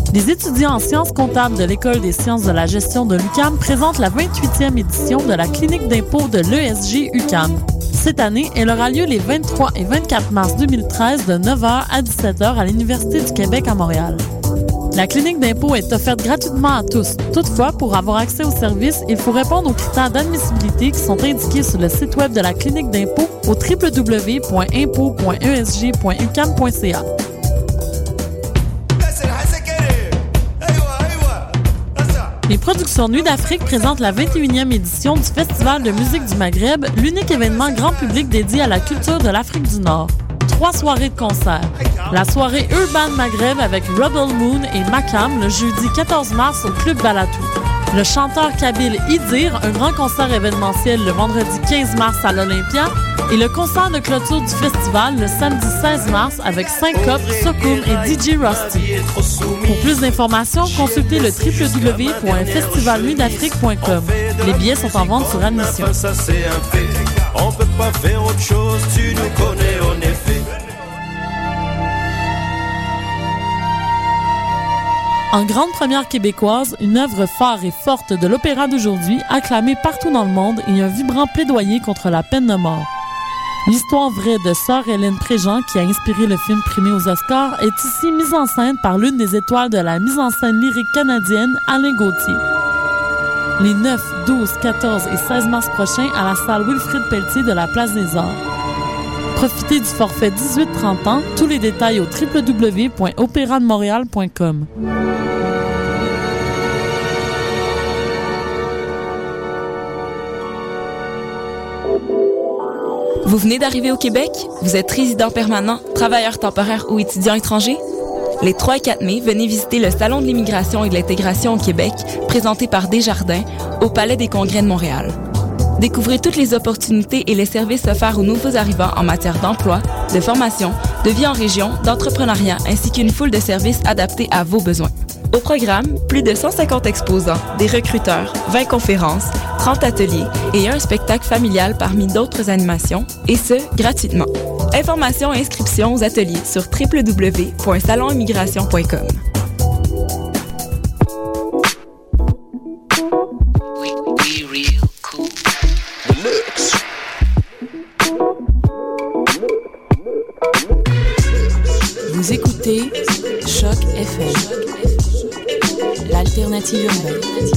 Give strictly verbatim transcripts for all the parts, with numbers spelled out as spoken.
Les étudiants en sciences comptables de l'École des sciences de la gestion de l'U Q A M présentent la vingt-huitième édition de la clinique d'impôt de l'E S G U Q A M. Cette année, elle aura lieu les vingt-trois et vingt-quatre mars deux mille treize de neuf heures à dix-sept heures à l'Université du Québec à Montréal. La clinique d'impôt est offerte gratuitement à tous. Toutefois, pour avoir accès au service, il faut répondre aux critères d'admissibilité qui sont indiqués sur le site web de la clinique d'impôt au w w w point impôt point e s g point u q a m point c a. Les productions Nuit d'Afrique présentent la vingt et unième édition du Festival de musique du Maghreb, l'unique événement grand public dédié à la culture de l'Afrique du Nord. Trois soirées de concerts. La soirée Urban Maghreb avec Rebel Moon et Makam le jeudi quatorze mars au Club Balatou. Le chanteur kabyle Idir, un grand concert événementiel le vendredi quinze mars à l'Olympia, et le concert de clôture du festival le samedi seize mars avec Syncope, Sokoum et D J Rusty. Pour plus d'informations, consultez le w w w point festival nuit d'afrique point com. Les billets sont en vente sur admission. Ça c'est un fait. On peut pas faire autre chose, tu nous connais en effet. En grande première québécoise, une œuvre phare et forte de l'opéra d'aujourd'hui, acclamée partout dans le monde, et un vibrant plaidoyer contre la peine de mort. L'histoire vraie de Sœur Hélène Préjean, qui a inspiré le film primé aux Oscars, est ici mise en scène par l'une des étoiles de la mise en scène lyrique canadienne, Alain Gauthier. Les neuf, douze, quatorze et seize mars prochains à la salle Wilfrid Pelletier de la Place des Arts. Profitez du forfait dix-huit trente ans. Tous les détails au w w w point opéra de montréal point com. Vous venez d'arriver au Québec? Vous êtes résident permanent, travailleur temporaire ou étudiant étranger? Les trois et quatre mai, venez visiter le Salon de l'immigration et de l'intégration au Québec, présenté par Desjardins, au Palais des Congrès de Montréal. Découvrez toutes les opportunités et les services offerts aux nouveaux arrivants en matière d'emploi, de formation, de vie en région, d'entrepreneuriat, ainsi qu'une foule de services adaptés à vos besoins. Au programme, plus de cent cinquante exposants, des recruteurs, vingt conférences, trente ateliers et un spectacle familial parmi d'autres animations, et ce, gratuitement. Informations et inscriptions aux ateliers sur w w w point salon immigration point com. Vous écoutez Choc F M, l'alternative urbaine.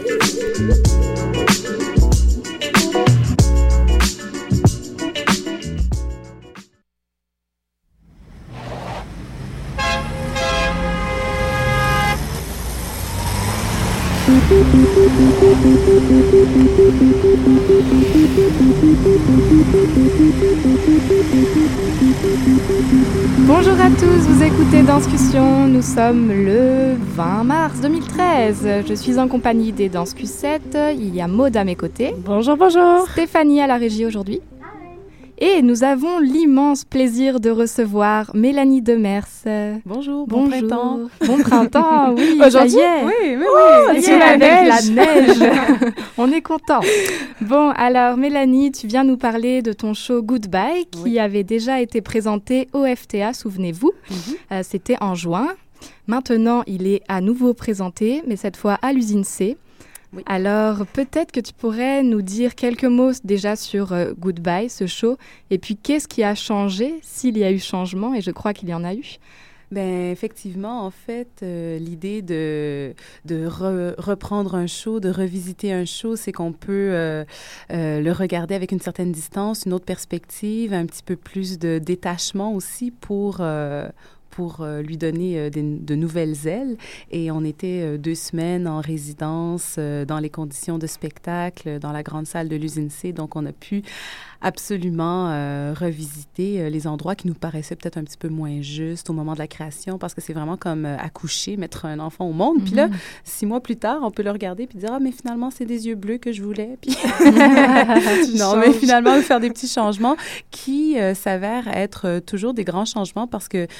Bonjour à tous, vous écoutez Danscussion, nous sommes le vingt mars deux mille treize. Je suis en compagnie des Danscussettes, il y a Maud à mes côtés. Bonjour, bonjour. Stéphanie à la régie aujourd'hui. Et nous avons l'immense plaisir de recevoir Mélanie Demers. Bonjour, bon Bonjour. printemps. Bon printemps, oui, Aujourd'hui, ça y est. oui, oui, Oh, oui. ça y est, avec la neige. On est content. Bon, alors Mélanie, tu viens nous parler de ton show Goodbye qui Oui. avait déjà été présenté au F T A, souvenez-vous. Mm-hmm. Euh, c'était en juin. Maintenant, il est à nouveau présenté, mais cette fois à l'usine C. Oui. Alors, peut-être que tu pourrais nous dire quelques mots déjà sur euh, Goodbye, ce show, et puis qu'est-ce qui a changé, s'il y a eu changement, et je crois qu'il y en a eu. Ben effectivement, en fait, euh, l'idée de, de re- reprendre un show, de revisiter un show, c'est qu'on peut euh, euh, le regarder avec une certaine distance, une autre perspective, un petit peu plus de détachement aussi pour... Euh, pour euh, lui donner euh, des, de nouvelles ailes. Et on était euh, deux semaines en résidence euh, dans les conditions de spectacle dans la grande salle de l'usine C. Donc, on a pu absolument euh, revisiter euh, les endroits qui nous paraissaient peut-être un petit peu moins justes au moment de la création, parce que c'est vraiment comme euh, accoucher, mettre un enfant au monde. Mm-hmm. Puis là, six mois plus tard, on peut le regarder puis dire « Ah, mais finalement, c'est des yeux bleus que je voulais. » Puis non, mais finalement, faire des petits changements qui euh, s'avèrent être euh, toujours des grands changements, parce que faire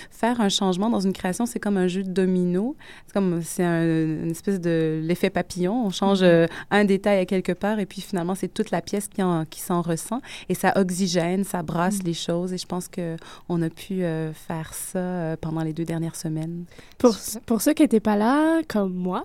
un changement dans une création, c'est comme un jeu de domino. C'est comme, c'est un, une espèce de l'effet papillon. On change euh, un détail à quelque part et puis finalement, c'est toute la pièce qui, en, qui s'en ressent. Et ça oxygène, ça brasse mm. les choses. Et je pense qu'on a pu euh, faire ça euh, pendant les deux dernières semaines. Pour, pour ceux qui n'étaient pas là, comme moi,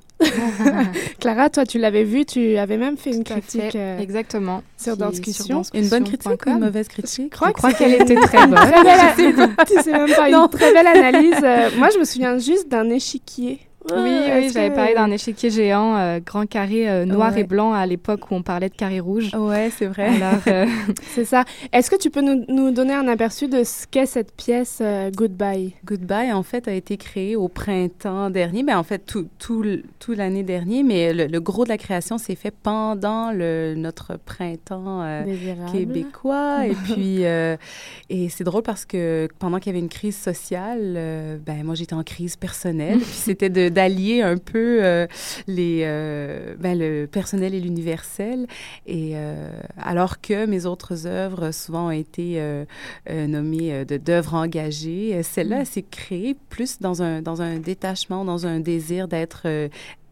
Clara, toi, tu l'avais vu, tu avais même fait une Tout critique euh, exactement sur Danscussion. Une bonne critique ou une mauvaise critique? Je crois, je crois qu'elle était très bonne. Très belle, tu sais même pas, une très belle analyse. Euh, moi, je me souviens juste d'un échiquier. Oui, oui, oui j'avais que... parlé d'un échiquier géant, euh, grand carré euh, noir ouais. et blanc à l'époque où on parlait de carré rouge. Ouais, c'est vrai. Alors, euh... c'est ça. Est-ce que tu peux nous, nous donner un aperçu de ce qu'est cette pièce euh, Goodbye? Goodbye, en fait, a été créée au printemps dernier. Ben, en fait, tout, tout, tout l'année dernière, mais le, le gros de la création s'est fait pendant le, notre printemps euh, québécois. Et puis, euh, et c'est drôle parce que pendant qu'il y avait une crise sociale, euh, ben, moi, j'étais en crise personnelle. Puis c'était de d'allier un peu euh, les, euh, ben, le personnel et l'universel. Et euh, alors que mes autres œuvres souvent ont été euh, euh, nommées euh, de, d'œuvres engagées, celle-là, mm. s'est créée plus dans un, dans un détachement, dans un désir d'être euh,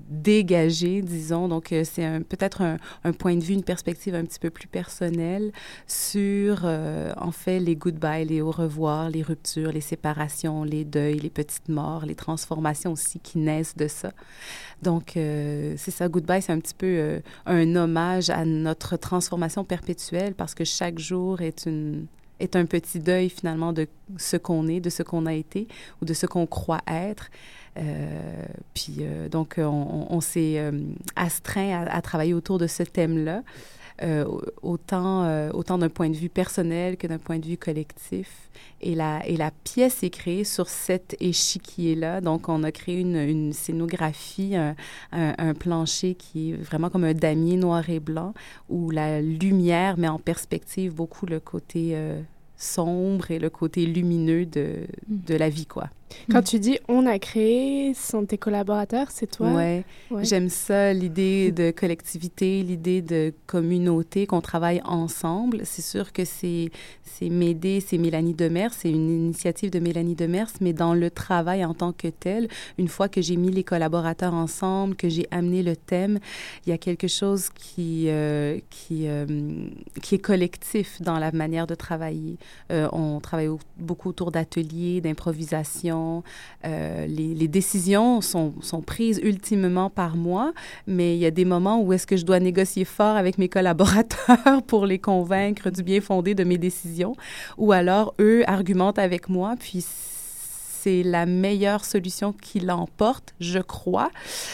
dégagé, disons. Donc, euh, c'est un, peut-être un, un point de vue, une perspective un petit peu plus personnelle sur, euh, en fait, les goodbyes, les au revoir, les ruptures, les séparations, les deuils, les petites morts, les transformations aussi qui naissent de ça. Donc, euh, c'est ça, Goodbye, c'est un petit peu euh, un hommage à notre transformation perpétuelle parce que chaque jour est une est un petit deuil, finalement, de ce qu'on est, de ce qu'on a été ou de ce qu'on croit être. Euh, puis, euh, donc, on, on s'est euh, astreint à, à travailler autour de ce thème-là, euh, autant, euh, autant d'un point de vue personnel que d'un point de vue collectif. Et la, et la pièce est créée sur cet échiquier-là. Donc, on a créé une, une scénographie, un, un, un plancher qui est vraiment comme un damier noir et blanc, où la lumière met en perspective beaucoup le côté euh, sombre et le côté lumineux de, de la vie, quoi. Quand tu dis « on a créé », sont tes collaborateurs, c'est toi? Ouais. ouais, j'aime ça, l'idée de collectivité, l'idée de communauté, qu'on travaille ensemble. C'est sûr que c'est, c'est Médée, c'est Mélanie Demers, c'est une initiative de Mélanie Demers, mais dans le travail en tant que tel, une fois que j'ai mis les collaborateurs ensemble, que j'ai amené le thème, il y a quelque chose qui, euh, qui, euh, qui est collectif dans la manière de travailler. Euh, on travaille au, beaucoup autour d'ateliers, d'improvisation. Euh, les, les décisions sont, sont prises ultimement par moi, mais il y a des moments où est-ce que je dois négocier fort avec mes collaborateurs pour les convaincre du bien fondé de mes décisions, ou alors eux argumentent avec moi, puis c'est la meilleure solution qui l'emporte, je crois.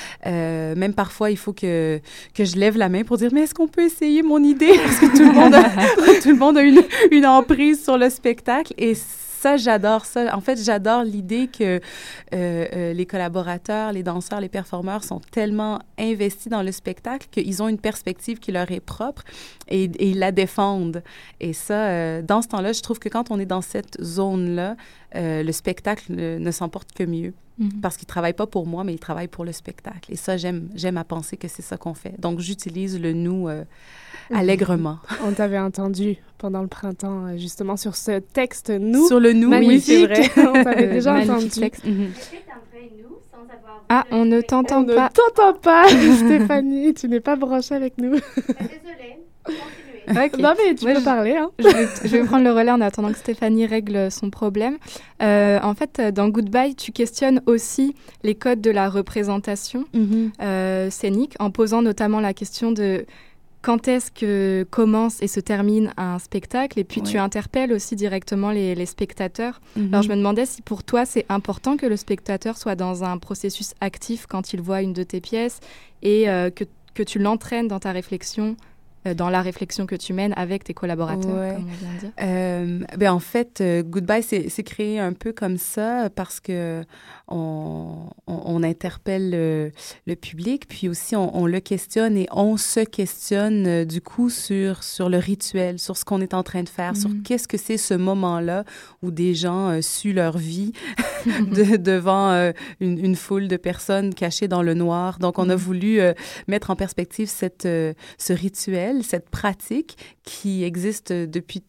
Euh, même parfois, il faut que, que je lève la main pour dire « Mais est-ce qu'on peut essayer mon idée? » Parce que tout le monde a, tout le monde a une, une emprise sur le spectacle et ça, j'adore ça. En fait, j'adore l'idée que euh, euh, les collaborateurs, les danseurs, les performeurs sont tellement investis dans le spectacle qu'ils ont une perspective qui leur est propre et, et ils la défendent. Et ça, euh, dans ce temps-là, je trouve que quand on est dans cette zone-là, euh, le spectacle ne, ne s'emporte que mieux. Mm-hmm. Parce qu'ils ne travaillent pas pour moi, mais ils travaillent pour le spectacle. Et ça, j'aime, j'aime à penser que c'est ça qu'on fait. Donc, j'utilise le « nous euh, » allègrement. On t'avait entendu pendant le printemps, justement, sur ce texte « nous ». Sur le « nous », oui, c'est vrai. On t'avait déjà entendu. Texte. Mm-hmm. Ah, on ne t'entend on pas. On ne t'entend pas, Stéphanie. Tu n'es pas branchée avec nous. Désolée. Okay. Non, mais tu ouais, peux je, parler. Hein. Je, vais, je vais prendre le relais en attendant que Stéphanie règle son problème. Euh, en fait, dans Goodbye, tu questionnes aussi les codes de la représentation mm-hmm. euh, scénique, en posant notamment la question de quand est-ce que commence et se termine un spectacle, et puis ouais. tu interpelles aussi directement les, les spectateurs. Mm-hmm. Alors, je me demandais si pour toi, c'est important que le spectateur soit dans un processus actif quand il voit une de tes pièces, et euh, que, que tu l'entraînes dans ta réflexion, dans la réflexion que tu mènes avec tes collaborateurs, ouais. comme on vient de dire. Euh, ben en fait, euh, Goodbye, c'est, c'est créé un peu comme ça parce que on, on, on interpelle le, le public, puis aussi on, on le questionne et on se questionne euh, du coup sur, sur le rituel, sur ce qu'on est en train de faire, mm-hmm. sur qu'est-ce que c'est ce moment-là où des gens euh, suent leur vie de, devant euh, une, une foule de personnes cachées dans le noir. Donc, on mm-hmm. a voulu euh, mettre en perspective cette, euh, ce rituel, cette pratique qui existe depuis tout,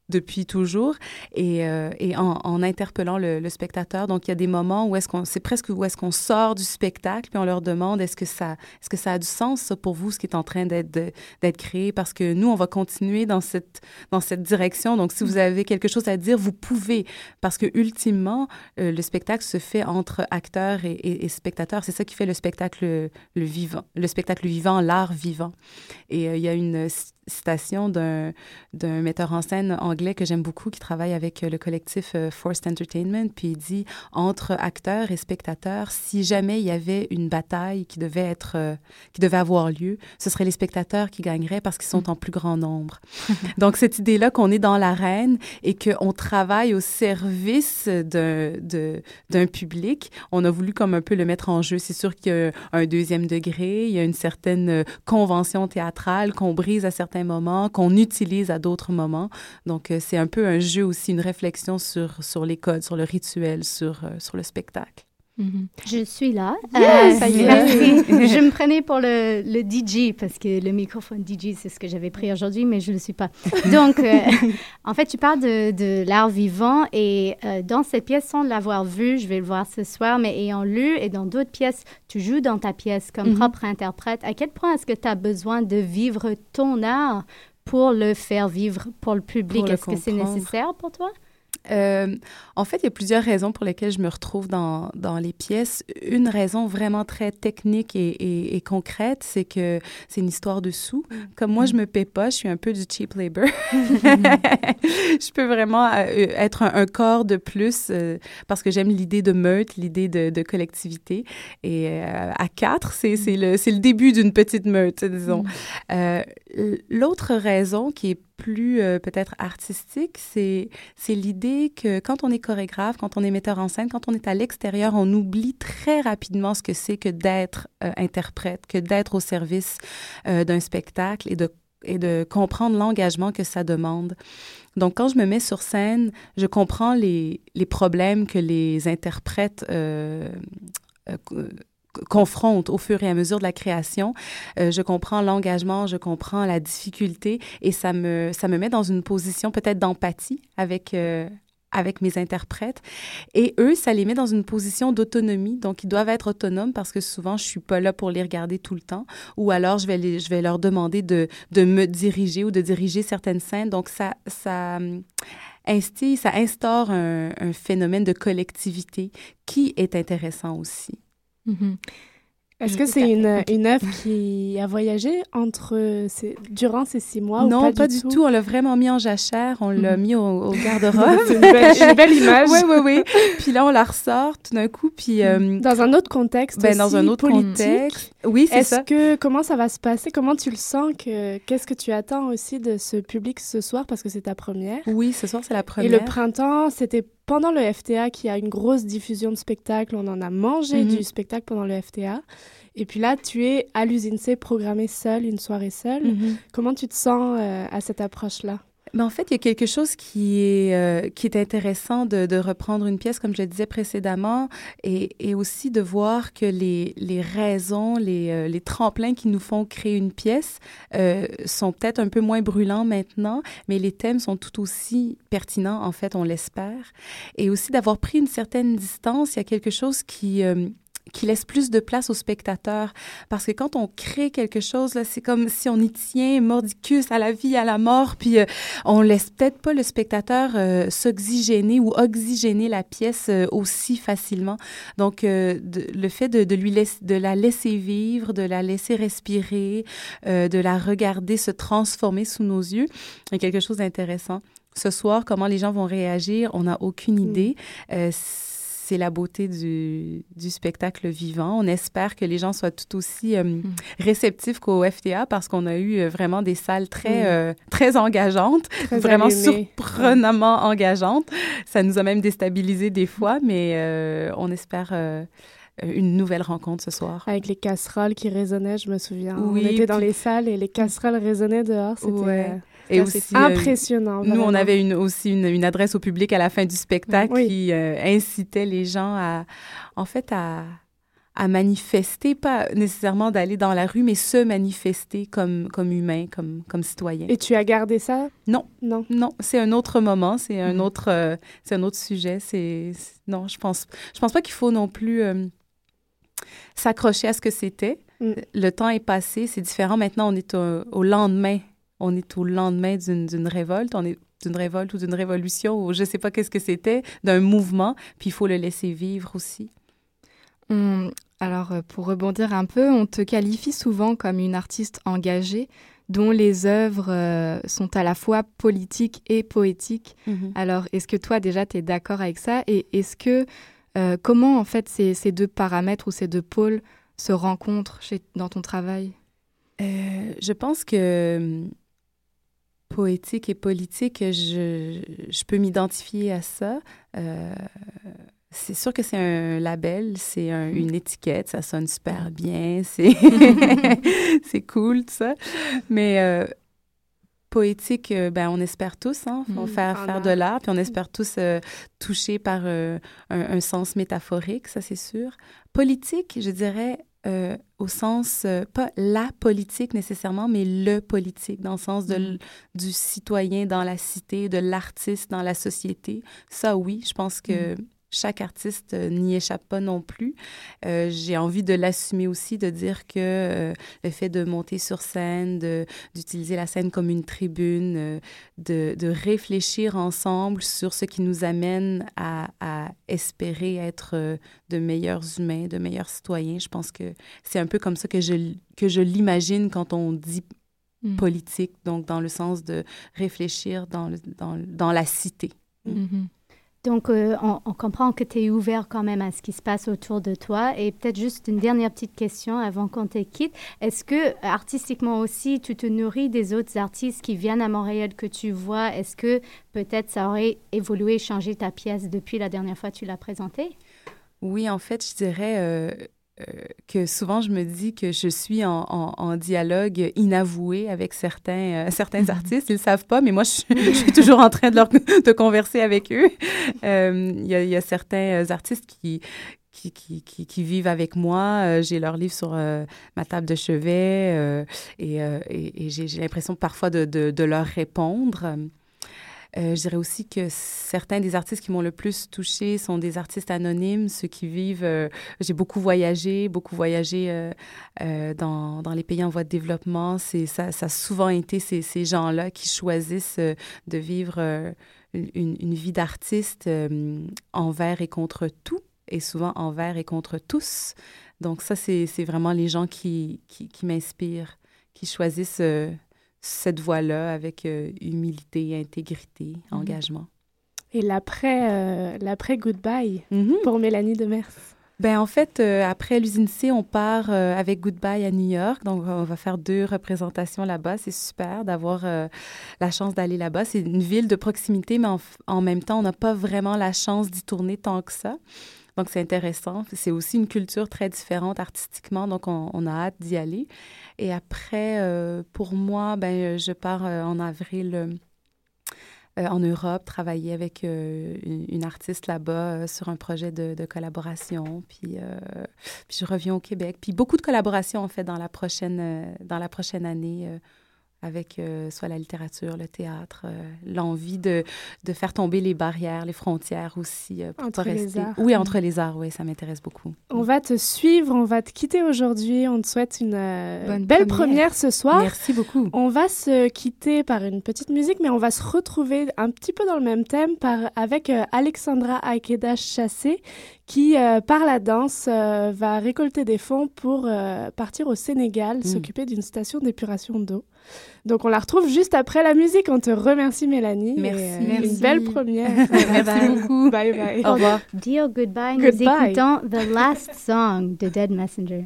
depuis toujours, et, euh, et en, en interpellant le, le spectateur. Donc, il y a des moments où est-ce qu'on, c'est presque où est-ce qu'on sort du spectacle, puis on leur demande est-ce que ça, est-ce que ça a du sens, ça, pour vous, ce qui est en train d'être, de, d'être créé, parce que nous, on va continuer dans cette, dans cette direction. Donc, si vous avez quelque chose à dire, vous pouvez, parce que ultimement, euh, le spectacle se fait entre acteurs et, et, et spectateurs. C'est ça qui fait le spectacle le vivant, le spectacle vivant, l'art vivant. Et euh, il y a une citation d'un, d'un metteur en scène anglais que j'aime beaucoup, qui travaille avec le collectif euh, Forced Entertainment, puis il dit « Entre acteurs et spectateurs, si jamais il y avait une bataille qui devait être, euh, qui devait avoir lieu, ce seraient les spectateurs qui gagneraient parce qu'ils sont en plus grand nombre. » Donc, cette idée-là qu'on est dans l'arène et qu'on travaille au service d'un, de, d'un public, on a voulu comme un peu le mettre en jeu. C'est sûr qu'il y a un deuxième degré, il y a une certaine convention théâtrale qu'on brise à certains moments, qu'on utilise à d'autres moments. Donc, euh, c'est un peu un jeu aussi, une réflexion sur, sur les codes, sur le rituel, sur, euh, sur le spectacle. Mm-hmm. Je suis là. Yeah, euh, ça y est. Merci. Je me prenais pour le, le D J parce que le microphone D J, c'est ce que j'avais pris aujourd'hui, mais je ne le suis pas. Donc, euh, en fait, tu parles de, de l'art vivant et euh, dans cette pièce, sans l'avoir vue, je vais le voir ce soir, mais ayant lu et dans d'autres pièces, tu joues dans ta pièce comme mm-hmm. propre interprète. À quel point est-ce que tu as besoin de vivre ton art pour le faire vivre pour le public? Pour le est-ce comprendre. Que c'est nécessaire pour toi? Euh, en fait, il y a plusieurs raisons pour lesquelles je me retrouve dans, dans les pièces. Une raison vraiment très technique et, et, et concrète, c'est que c'est une histoire de sous. Comme moi, je me paie pas, je suis un peu du cheap labor. Je peux vraiment euh, être un, un corps de plus euh, parce que j'aime l'idée de meute, l'idée de, de collectivité. Et euh, à quatre, c'est, c'est, le, c'est le début d'une petite meute, disons. Euh, l'autre raison qui est plus euh, peut-être artistique, c'est, c'est l'idée que quand on est chorégraphe, quand on est metteur en scène, quand on est à l'extérieur, on oublie très rapidement ce que c'est que d'être euh, interprète, que d'être au service euh, d'un spectacle et de, et de comprendre l'engagement que ça demande. Donc, quand je me mets sur scène, je comprends les, les problèmes que les interprètes euh, euh, confronte au fur et à mesure de la création. Euh, je comprends l'engagement, je comprends la difficulté et ça me, ça me met dans une position peut-être d'empathie avec, euh, avec mes interprètes. Et eux, ça les met dans une position d'autonomie. Donc, ils doivent être autonomes parce que souvent, je ne suis pas là pour les regarder tout le temps ou alors je vais, les, je vais leur demander de, de me diriger ou de diriger certaines scènes. Donc, ça... ça instille, ça instaure un, un phénomène de collectivité qui est intéressant aussi. Mm-hmm. Est-ce que c'est une, une œuvre qui a voyagé entre ces, durant ces six mois non, ou pas, pas du du tout? tout. On l'a vraiment mis en jachère. On mm-hmm. l'a mis au, au garde-robe. C'est une belle, une belle image. Oui, oui, oui. Puis là, on la ressort tout d'un coup. Puis, euh, dans un autre contexte ben, aussi, dans un autre politique. Contexte. Oui, c'est Est-ce ça. que, comment ça va se passer? Comment tu le sens? Que, qu'est-ce que tu attends aussi de ce public ce soir? Parce que c'est ta première. Oui, ce soir, c'est la première. Et le printemps, c'était pendant le F T A qu'il y a une grosse diffusion de spectacles. On en a mangé mm-hmm. du spectacle pendant le F T A. Et puis là, tu es à l'Usine C programmée seule, une soirée seule. Mm-hmm. Comment tu te sens euh, à cette approche-là? Mais en fait, il y a quelque chose qui est, euh, qui est intéressant de, de reprendre une pièce, comme je le disais précédemment, et, et aussi de voir que les, les raisons, les, euh, les tremplins qui nous font créer une pièce euh, sont peut-être un peu moins brûlants maintenant, mais les thèmes sont tout aussi pertinents, en fait, on l'espère. Et aussi d'avoir pris une certaine distance, il y a quelque chose qui... Euh, qui laisse plus de place aux spectateurs. Parce que quand on crée quelque chose, là, c'est comme si on y tient mordicus à la vie, à la mort, puis euh, on laisse peut-être pas le spectateur euh, s'oxygéner ou oxygéner la pièce euh, aussi facilement. Donc, euh, de, le fait de, de, lui laisser, de la laisser vivre, de la laisser respirer, euh, de la regarder se transformer sous nos yeux, il y a quelque chose d'intéressant. Ce soir, comment les gens vont réagir, on n'a aucune idée. Mmh. Euh, C'est la beauté du, du spectacle vivant. On espère que les gens soient tout aussi euh, mm. réceptifs qu'au F T A parce qu'on a eu euh, vraiment des salles très, mm. euh, très engageantes, très vraiment allumées. Surprenamment mm. engageantes. Ça nous a même déstabilisés des fois, mais euh, on espère... Euh, une nouvelle rencontre ce soir. Avec les casseroles qui résonnaient, je me souviens. Oui, on était puis... dans les salles et les casseroles résonnaient dehors. C'était, ouais. euh, et aussi, impressionnant. Euh, nous, on avait une, aussi une, une adresse au public à la fin du spectacle oui. qui euh, incitait les gens à, en fait, à... à manifester, pas nécessairement d'aller dans la rue, mais se manifester comme, comme humain, comme, comme citoyen. Et tu as gardé ça? Non. Non. Non, c'est un autre moment, c'est un, Mm. autre, euh, c'est un autre sujet. C'est, c'est- non, je pense, je pense pas qu'il faut non plus euh, s'accrocher à ce que c'était. Mm. Le temps est passé, c'est différent. Maintenant, on est au, au lendemain. On est au lendemain d'une, d'une révolte. On est d'une révolte ou d'une révolution, ou je sais pas qu'est-ce que c'était, d'un mouvement, puis il faut le laisser vivre aussi. On- Alors, euh, pour rebondir un peu, on te qualifie souvent comme une artiste engagée dont les œuvres euh, sont à la fois politiques et poétiques. Mm-hmm. Alors, est-ce que toi, déjà, tu es d'accord avec ça? Et est-ce que, euh, comment, en fait, ces, ces deux paramètres ou ces deux pôles se rencontrent chez, dans ton travail? Euh, je pense que hum, poétique et politique, je, je peux m'identifier à ça. Euh, c'est sûr que c'est un label, c'est un- une étiquette, ça sonne super bien, c'est c'est cool, tout ça. Mais euh, poétique, euh, ben, on espère tous hein, Mm. faire, En faire art. de l'art, puis on espère tous euh, toucher par euh, un, un sens métaphorique, ça c'est sûr. Politique, je dirais, euh, au sens, euh, pas la politique nécessairement, mais le politique, dans le sens de, l- du citoyen dans la cité, de l'artiste dans la société. Ça, oui, je pense que chaque artiste euh, n'y échappe pas non plus. Euh, j'ai envie de l'assumer aussi, de dire que euh, le fait de monter sur scène, de, d'utiliser la scène comme une tribune, euh, de, de réfléchir ensemble sur ce qui nous amène à, à espérer être euh, de meilleurs humains, de meilleurs citoyens. Je pense que c'est un peu comme ça que je, que je l'imagine quand on dit Mm. politique, donc dans le sens de réfléchir dans, le, dans, dans la cité. Mhm. Donc, euh, on, on comprend que tu es ouvert quand même à ce qui se passe autour de toi. Et peut-être juste une dernière petite question avant qu'on te quitte. Est-ce que, artistiquement aussi, tu te nourris des autres artistes qui viennent à Montréal que tu vois? Est-ce que peut-être ça aurait évolué, changé ta pièce depuis la dernière fois que tu l'as présentée? Oui, en fait, je dirais euh, euh, que souvent, je me dis que je suis en, en, en dialogue inavoué avec certains, euh, certains artistes. Ils ne le savent pas, mais moi, je, je suis toujours en train de, leur, de converser avec eux. Euh, Il y, a, il y a certains artistes qui... Qui, qui, qui, qui vivent avec moi. Euh, j'ai leurs livres sur euh, ma table de chevet euh, et, euh, et, et j'ai, j'ai l'impression parfois de, de, de leur répondre. Euh, je dirais aussi que certains des artistes qui m'ont le plus touchée sont des artistes anonymes, ceux qui vivent... Euh, j'ai beaucoup voyagé, beaucoup voyagé euh, euh, dans, dans les pays en voie de développement. C'est, ça, ça a souvent été ces, ces gens-là qui choisissent euh, de vivre euh, une, une vie d'artiste euh, envers et contre tout, et souvent envers et contre tous. Donc ça, c'est, c'est vraiment les gens qui, qui, qui m'inspirent, qui choisissent... Euh, cette voie-là avec euh, humilité, intégrité, mm-hmm. engagement. Et l'après, euh, l'après Goodbye mm-hmm. pour Mélanie Demers? Ben en fait, euh, après l'usine C, on part euh, avec Goodbye à New York. Donc, on va faire deux représentations là-bas. C'est super d'avoir euh, la chance d'aller là-bas. C'est une ville de proximité, mais en, en même temps, on n'a pas vraiment la chance d'y tourner tant que ça. Donc, c'est intéressant. C'est aussi une culture très différente artistiquement, donc on, on a hâte d'y aller. Et après, euh, pour moi, ben, je pars euh, en avril euh, en Europe, travailler avec euh, une, une artiste là-bas euh, sur un projet de, de collaboration. Puis, euh, puis je reviens au Québec. Puis beaucoup de collaborations, en fait, dans la prochaine, euh, dans la prochaine année. Euh, avec euh, soit la littérature, le théâtre, euh, l'envie de, de faire tomber les barrières, les frontières aussi. Euh, pour entre pas les rester... arts. Oui, entre les arts, oui, ça m'intéresse beaucoup. On va te suivre, on va te quitter aujourd'hui. On te souhaite une euh, Bonne belle première. première ce soir. Merci beaucoup. On va se quitter par une petite musique, mais on va se retrouver un petit peu dans le même thème par, avec euh, Alexandra Aikeda-Chassé, qui, euh, par la danse, euh, va récolter des fonds pour euh, partir au Sénégal, Mm. s'occuper d'une station d'épuration d'eau. Donc, on la retrouve juste après la musique. On te remercie, Mélanie. Merci. Et, euh, Merci. Une belle première. Merci beaucoup. Bye bye. Au revoir. Dear goodbye, Goodbye. nous écoutons The Last Song de Dead Messenger.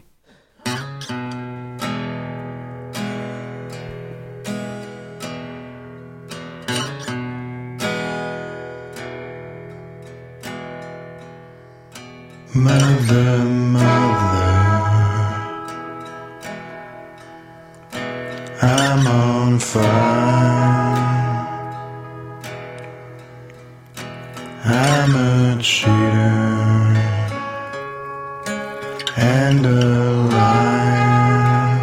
Mother, mother, I'm on fire. I'm a cheater, and behind a line.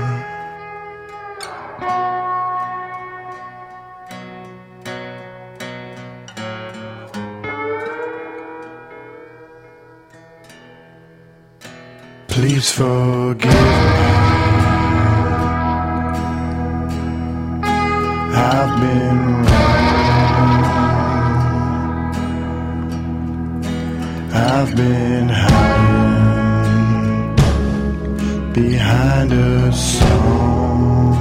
Please forgive me. I've been wrong. I've been hiding behind a song.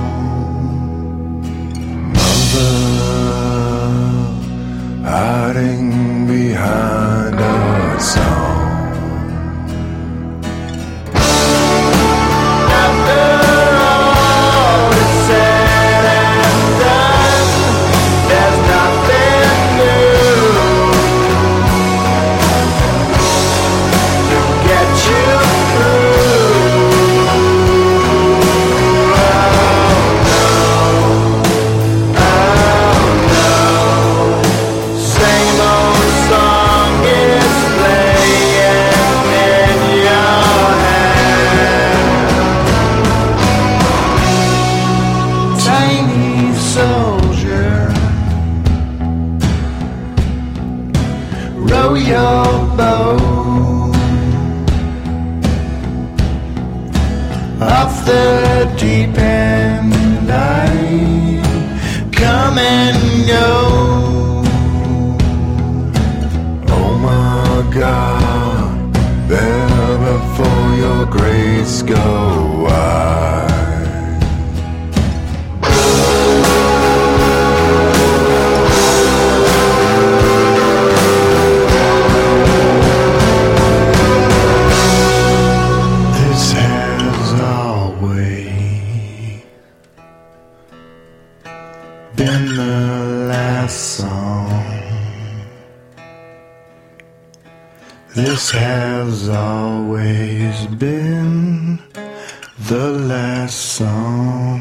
Mother, hiding behind a song. Off the deep end, I come and go. Oh my God, there before your grace go I. Been the last song. This has always been the last song.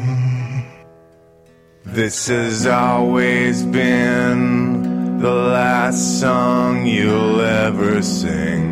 This has always been the last song you'll ever sing.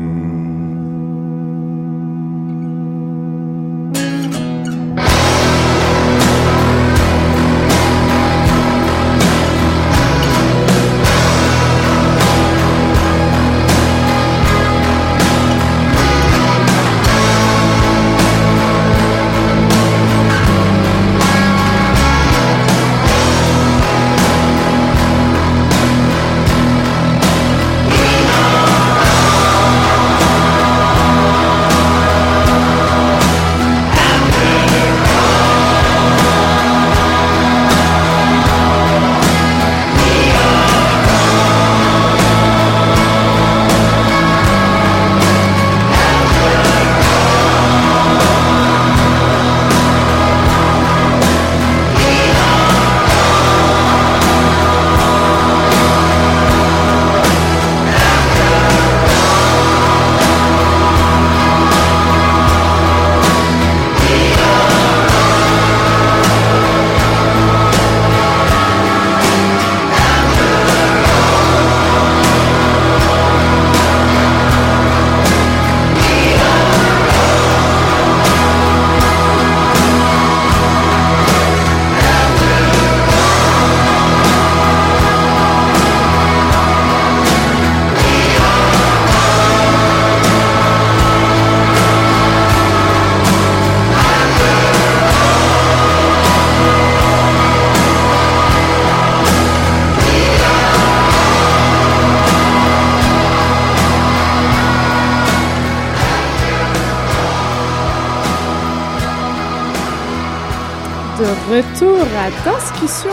Retour à Danscussion.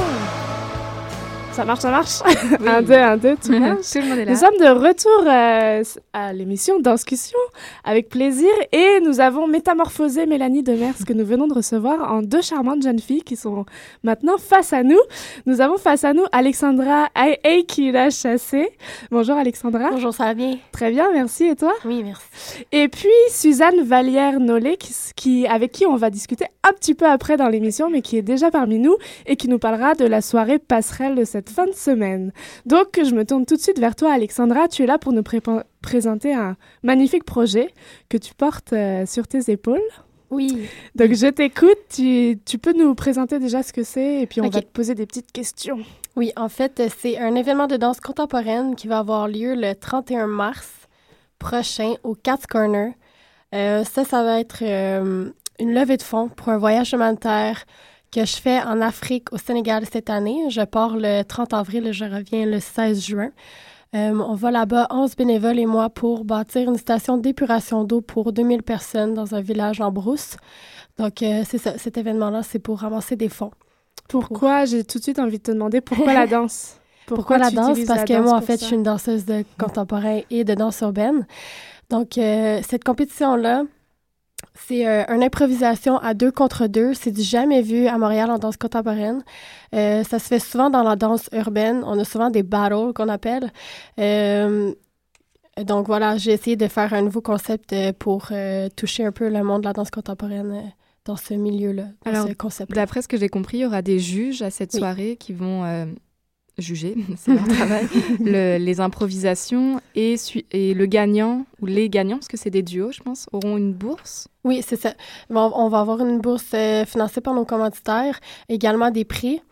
Ça marche, ça marche. Oui. un, deux, un, deux, tout marche. Tout le monde est là. Nous sommes de retour euh, à l'émission Danscussion avec plaisir et nous avons métamorphosé Mélanie Demers que nous venons de recevoir en deux charmantes jeunes filles qui sont maintenant face à nous. Nous avons face à nous Alexandra Aikila Chassé. Bonjour Alexandra. Bonjour, ça va bien? Très bien, merci. Et toi? Oui, merci. Et puis Suzanne Vallière-Nollet qui, qui, avec qui on va discuter un petit peu après dans l'émission mais qui est déjà parmi nous et qui nous parlera de la soirée passerelle de cette fin de semaine. Donc, je me tourne tout de suite vers toi, Alexandra. Tu es là pour nous pré- présenter un magnifique projet que tu portes euh, sur tes épaules. Oui. Donc, je t'écoute. Tu, tu peux nous présenter déjà ce que c'est et puis on okay. va te poser des petites questions. Oui, en fait, c'est un événement de danse contemporaine qui va avoir lieu le trente et un mars prochain au Cat's Corner. Euh, ça, ça va être euh, une levée de fonds pour un voyage humanitaire que je fais en Afrique, au Sénégal cette année. Je pars le trente avril et je reviens le seize juin. Euh, on va là-bas, onze bénévoles et moi, pour bâtir une station d'épuration d'eau pour deux mille personnes dans un village en brousse. Donc, euh, c'est ça, cet événement-là, c'est pour ramasser des fonds. Pourquoi? Pour... J'ai tout de suite envie de te demander pourquoi la danse? Pourquoi, pourquoi la danse? Parce la que danse moi, en fait, ça? Je suis une danseuse de contemporain et de danse urbaine. Donc, euh, cette compétition-là, c'est euh, une improvisation à deux contre deux. C'est du jamais vu à Montréal en danse contemporaine. Euh, ça se fait souvent dans la danse urbaine. On a souvent des battles qu'on appelle. Euh, donc voilà, j'ai essayé de faire un nouveau concept pour euh, toucher un peu le monde de la danse contemporaine euh, dans ce milieu-là, dans Alors, ce concept. D'après ce que j'ai compris, il y aura des juges à cette oui. soirée qui vont... Euh... juger, c'est leur travail, le, les improvisations et, su- et le gagnant, ou les gagnants, parce que c'est des duos, je pense, auront une bourse. Oui, c'est ça. Bon, on va avoir une bourse euh, financée par nos commanditaires, également des prix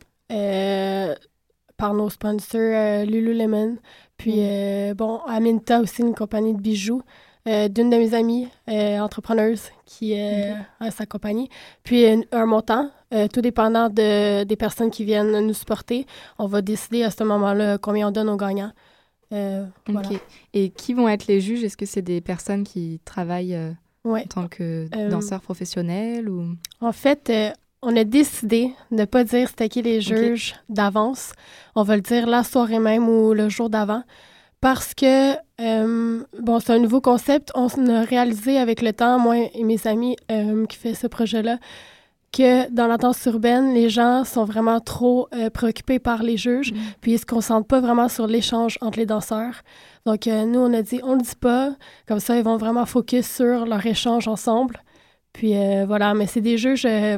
euh, par nos sponsors euh, Lululemon, puis mm. euh, bon, Aminta aussi, une compagnie de bijoux, euh, d'une de mes amies euh, entrepreneuses qui euh, okay. a sa compagnie, puis un, un montant. Euh, tout dépendant de, des personnes qui viennent nous supporter, on va décider à ce moment-là combien on donne aux gagnants. Euh, okay. Voilà. Et qui vont être les juges? Est-ce que c'est des personnes qui travaillent euh, ouais. en tant que euh, danseurs professionnels? Ou... En fait, euh, on a décidé de ne pas dire c'était qui les juges okay. d'avance. On va le dire la soirée même ou le jour d'avant. Parce que, euh, bon, c'est un nouveau concept. On a réalisé avec le temps, moi et mes amis euh, qui font ce projet-là, que dans la danse urbaine, les gens sont vraiment trop euh, préoccupés par les juges, mmh. puis ils se concentrent pas vraiment sur l'échange entre les danseurs. Donc, euh, nous, on a dit, on le dit pas, comme ça, ils vont vraiment focus sur leur échange ensemble. Puis euh, voilà, mais c'est des juges euh,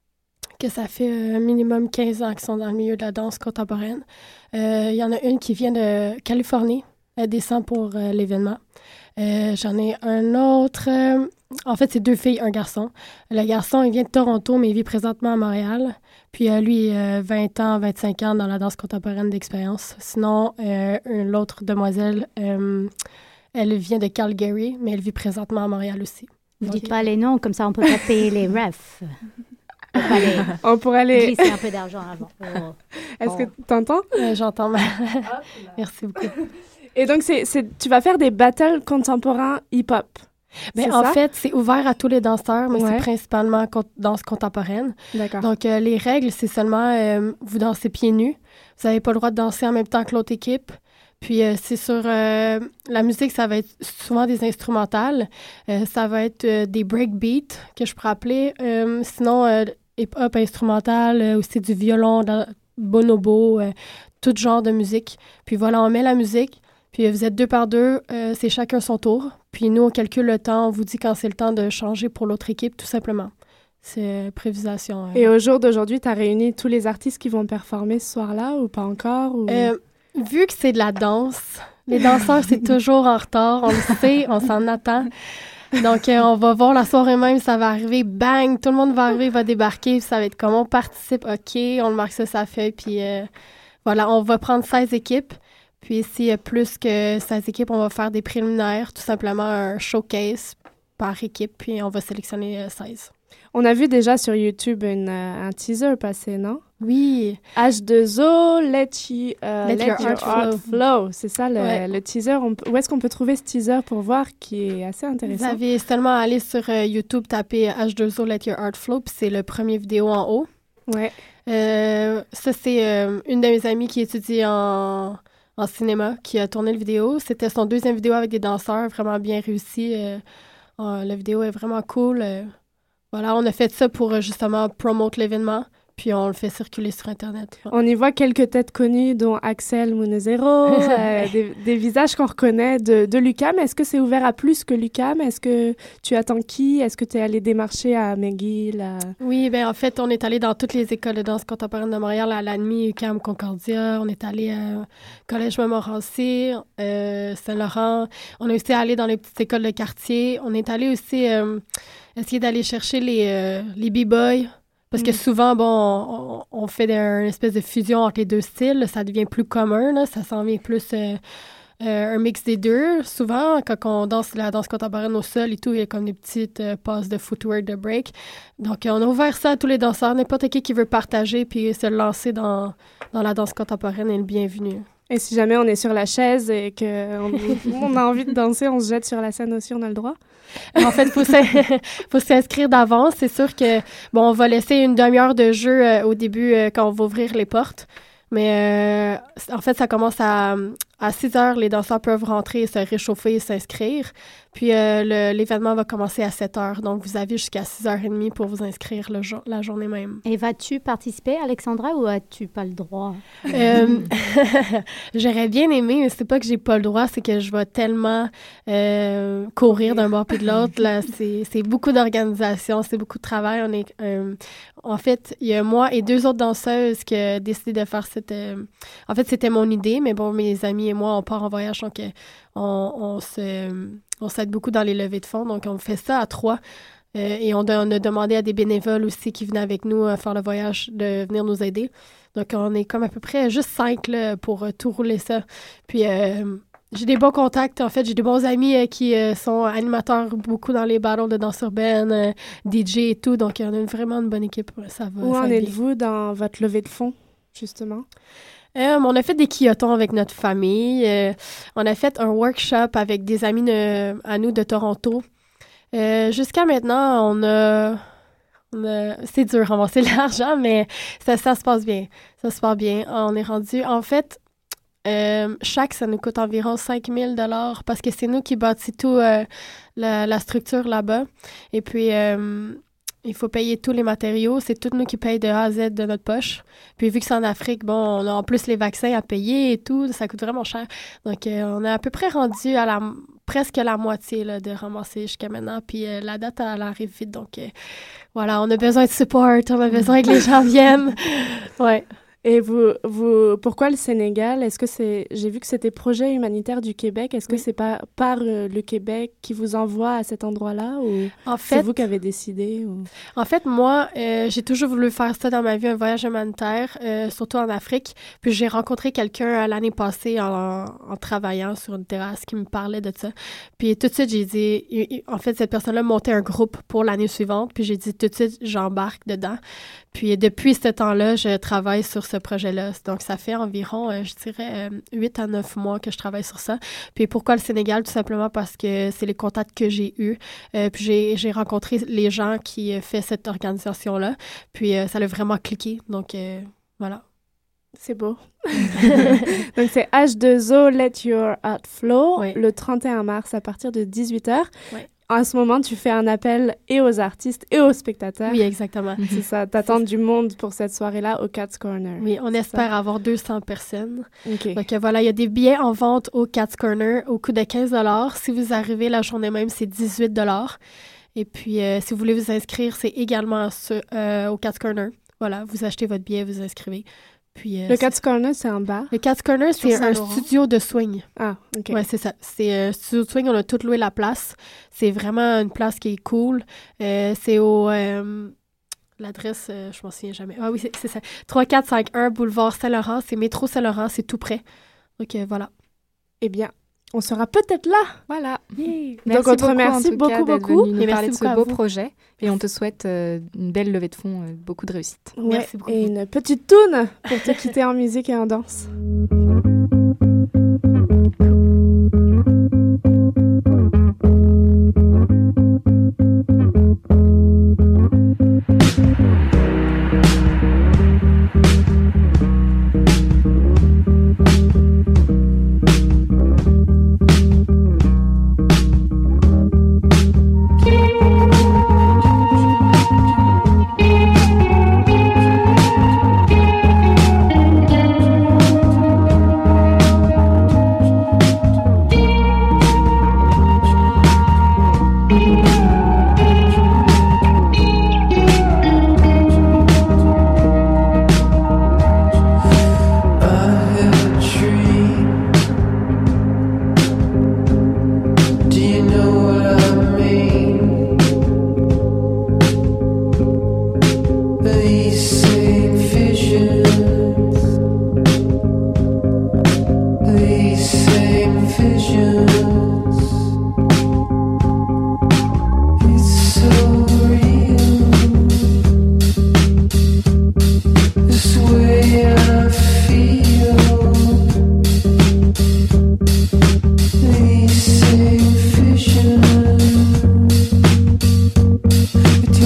que ça fait un minimum quinze ans qui sont dans le milieu de la danse contemporaine. Il euh, y en a une qui vient de Californie, elle descend pour euh, l'événement. Euh, j'en ai un autre... Euh, en fait, c'est deux filles, un garçon. Le garçon, il vient de Toronto, mais il vit présentement à Montréal. Puis euh, lui, euh, vingt ans, vingt-cinq ans dans la danse contemporaine d'expérience. Sinon, euh, l'autre demoiselle, euh, elle vient de Calgary, mais elle vit présentement à Montréal aussi. Ne dites pas les noms, comme ça on peut pas payer les refs. On, aller on pourrait aller... glisser un peu d'argent avant. Oh. Est-ce oh. que tu entends? Euh, j'entends mal. Merci beaucoup. Et donc, c'est, c'est, tu vas faire des battles contemporains hip-hop. Ben, en ça? fait, c'est ouvert à tous les danseurs, mais ouais. c'est principalement con- danse contemporaine. D'accord. Donc, euh, les règles, c'est seulement euh, vous dansez pieds nus. Vous n'avez pas le droit de danser en même temps que l'autre équipe. Puis, euh, c'est sur... Euh, la musique, ça va être souvent des instrumentales. Euh, ça va être euh, des breakbeats, que je pourrais appeler. Euh, sinon, euh, hip-hop instrumental, euh, aussi du violon, de bonobo, euh, tout genre de musique. Puis voilà, on met la musique. Puis vous êtes deux par deux, euh, c'est chacun son tour. Puis nous, on calcule le temps, on vous dit quand c'est le temps de changer pour l'autre équipe, tout simplement. C'est improvisation. Hein. Et au jour d'aujourd'hui, tu as réuni tous les artistes qui vont performer ce soir-là ou pas encore? Ou... Euh, vu que c'est de la danse, les danseurs, c'est toujours en retard. On le sait, on s'en attend. Donc, euh, on va voir la soirée même, ça va arriver, bang, tout le monde va arriver, va débarquer, puis ça va être comme on participe, OK, on le marque sur sa feuille, puis euh, voilà, on va prendre seize équipes. Puis s'il y a plus que seize équipes, on va faire des préliminaires, tout simplement un showcase par équipe, puis on va sélectionner euh, seize. On a vu déjà sur YouTube une, euh, un teaser passer, non? Oui. H deux O, Let, you, uh, let, let Your, your Art, art Flow. flow. C'est ça le, ouais. le teaser. On, où est-ce qu'on peut trouver ce teaser pour voir qui est assez intéressant? Vous avez seulement à aller sur euh, YouTube, taper H deux O, Let Your Art Flow, puis c'est le premier vidéo en haut. Ouais. Euh, ça, c'est euh, une de mes amies qui étudie en... en cinéma, qui a tourné le vidéo. C'était son deuxième vidéo avec des danseurs, vraiment bien réussi. Euh, euh, la vidéo est vraiment cool. Euh, voilà, on a fait ça pour euh, justement promote l'événement. puis on le fait circuler sur Internet. On y voit quelques têtes connues, dont Axel Munezero, euh, des, des visages qu'on reconnaît de, de l'U Q A M. Est-ce que c'est ouvert à plus que l'U Q A M? Est-ce que tu attends qui? Est-ce que tu es allé démarcher à McGill? À... Oui, bien en fait, on est allé dans toutes les écoles de danse contemporaine de Montréal, à l'A N M I, U Q A M, Concordia. On est allé au Collège Montmorency, euh, Saint-Laurent. On est aussi allé dans les petites écoles de quartier. On est allé aussi euh, essayer d'aller chercher les, euh, les b-boys. Parce que souvent, bon, on, on fait une espèce de fusion entre les deux styles. Ça devient plus commun, là. Ça s'en vient plus euh, euh, un mix des deux. Souvent, quand on danse la danse contemporaine au sol et tout, il y a comme des petites euh, passes de footwork, de break. Donc, on a ouvert ça à tous les danseurs. N'importe qui qui veut partager puis se lancer dans, dans la danse contemporaine est le bienvenu. Et si jamais on est sur la chaise et qu'on on a envie de danser, on se jette sur la scène aussi, on a le droit? En fait, il faut s'inscrire d'avance. C'est sûr que, bon, on va laisser une demi-heure de jeu euh, au début euh, quand on va ouvrir les portes. Mais euh, en fait, ça commence à, à six heures. Les danseurs peuvent rentrer, se réchauffer et s'inscrire. Puis euh, le, l'événement va commencer à sept heures. Donc, vous avez jusqu'à six heures trente pour vous inscrire le jo- la journée même. Et vas-tu participer, Alexandra, ou as-tu pas le droit? Euh, j'aurais bien aimé, mais c'est pas que j'ai pas le droit, c'est que je vais tellement euh, courir d'un bord puis de l'autre. Là, c'est, c'est beaucoup d'organisation, c'est beaucoup de travail. On est, euh, en fait, il y a moi et deux autres danseuses qui ont décidé de faire cette... Euh, en fait, c'était mon idée, mais bon, mes amis et moi, on part en voyage, donc on, on se... On s'aide beaucoup dans les levées de fonds, donc on fait ça à trois. Euh, et on, de, on a demandé à des bénévoles aussi qui venaient avec nous à faire le voyage de venir nous aider. Donc on est comme à peu près juste cinq là, pour euh, tout rouler ça. Puis euh, j'ai des bons contacts, en fait. J'ai des bons amis euh, qui euh, sont animateurs beaucoup dans les battles de danse urbaine, euh, D J et tout. Donc on a vraiment une bonne équipe. Ça va, Où ça en va êtes-vous dans votre levée de fonds, justement? Euh, on a fait des quillotons avec notre famille. Euh, on a fait un workshop avec des amis de, à nous de Toronto. Euh, jusqu'à maintenant, on a, on a... C'est dur de ramasser l'argent, mais ça, ça se passe bien. Ça se passe bien. On est rendu... En fait, euh, chaque, ça nous coûte environ cinq mille dollars parce que c'est nous qui bâtissons tout euh, la, la structure là-bas. Et puis... Euh, il faut payer tous les matériaux. C'est tout nous qui payons de A à Z de notre poche. Puis vu que c'est en Afrique, bon, on a en plus les vaccins à payer et tout. Ça coûte vraiment cher. Donc, euh, on est à peu près rendu à la presque la moitié là, de ramasser jusqu'à maintenant. Puis euh, la date, elle arrive vite. Donc, euh, voilà, on a besoin de support. On a besoin que les gens viennent. Ouais. Et vous, vous, pourquoi le Sénégal? Est-ce que c'est, j'ai vu que c'était Projet humanitaire du Québec. Est-ce que oui. c'est pas par euh, le Québec qui vous envoie à cet endroit-là ou en fait, c'est vous qui avez décidé? Ou... En fait, moi, euh, j'ai toujours voulu faire ça dans ma vie, un voyage humanitaire, euh, surtout en Afrique. Puis j'ai rencontré quelqu'un l'année passée en, en travaillant sur une terrasse qui me parlait de ça. Puis tout de suite, j'ai dit, en fait, cette personne-là montait un groupe pour l'année suivante. Puis j'ai dit tout de suite, j'embarque dedans. Puis depuis ce temps-là, je travaille sur ce projet-là. Donc, ça fait environ, euh, je dirais, euh, huit à neuf mois que je travaille sur ça. Puis pourquoi le Sénégal? Tout simplement parce que c'est les contacts que j'ai eus. Euh, puis j'ai, j'ai rencontré les gens qui euh, font cette organisation-là. Puis euh, ça a vraiment cliqué. Donc, euh, voilà. C'est beau. Donc, c'est H deux O Let Your Heart Flow, oui. le trente et un mars à partir de dix-huit heures. Oui. En ce moment, tu fais un appel et aux artistes et aux spectateurs. Oui, exactement. C'est ça. T'attends du monde pour cette soirée-là au Cat's Corner. Oui, on espère ça. avoir deux cents personnes. OK. Donc voilà, il y a des billets en vente au Cat's Corner au coût de quinze dollars. Si vous arrivez la journée même, c'est dix-huit dollars. Et puis, euh, si vous voulez vous inscrire, c'est également ce, euh, au Cat's Corner. Voilà, vous achetez votre billet, vous inscrivez. Puis, euh, le Cat's Corner, c'est un bar? Le Cat's Corner, c'est un studio de swing. Ah, OK. Ouais, c'est ça. C'est un studio de swing, on a tout loué la place. C'est vraiment une place qui est cool. Euh, c'est au... Euh, l'adresse, euh, je m'en souviens jamais. Ah oui, c'est, c'est ça. trois quatre cinq un Boulevard Saint-Laurent. C'est métro Saint-Laurent, c'est tout près. Donc, euh, voilà. Eh bien, on sera peut-être là. Voilà. Yeah. Donc, on te remercie beaucoup, beaucoup. Et merci parler de ce beau projet. Et on te souhaite euh, une belle levée de fonds, euh, beaucoup de réussite. Ouais, merci beaucoup. Et une petite toune pour te quitter en musique et en danse.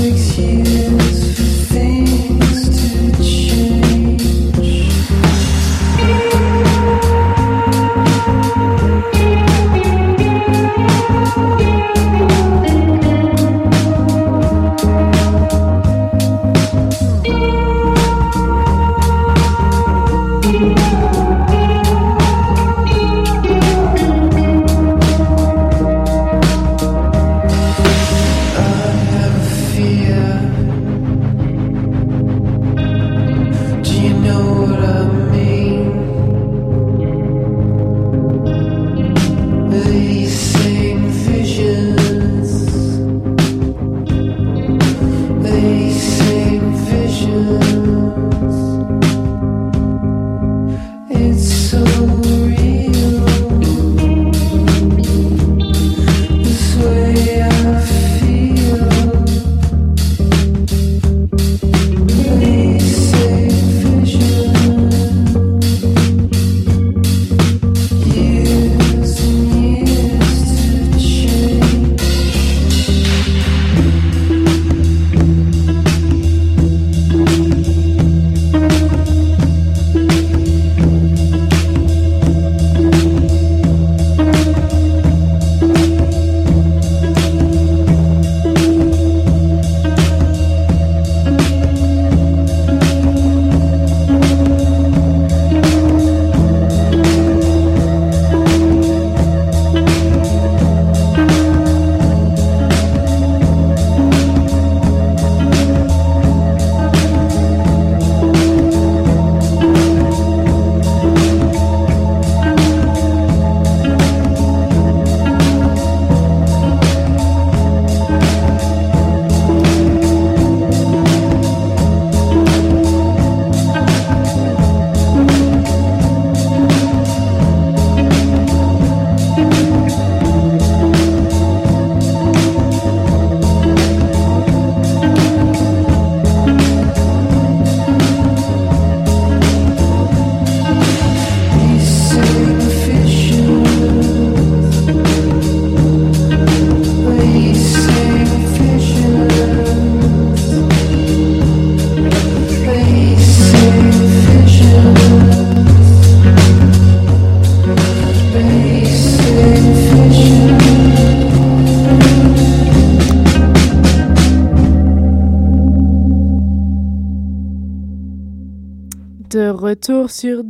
De retour sur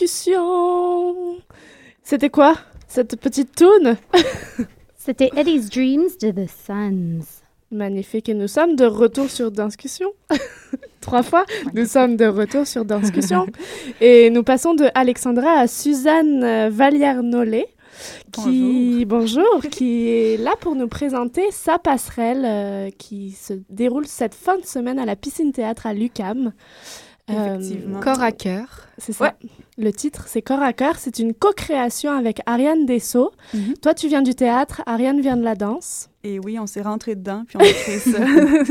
Danscussion. C'était quoi, cette petite toune? C'était Eddie's Dreams de The Suns. Magnifique. Et nous sommes de retour sur Danscussion. Trois fois, nous sommes de retour sur Danscussion. Et nous passons de Alexandra à Suzanne Vallière-Nollet. Qui, bonjour. bonjour, qui est là pour nous présenter sa passerelle euh, qui se déroule cette fin de semaine à la Piscine Théâtre à l'U Q A M. Effectivement. Euh, Corps à cœur. C'est ça. Ouais. Le titre, c'est Corps à cœur. C'est une co-création avec Ariane Dessau. Mm-hmm. Toi, tu viens du théâtre, Ariane vient de la danse. Et oui, on s'est rentrés dedans, puis on a créé ça.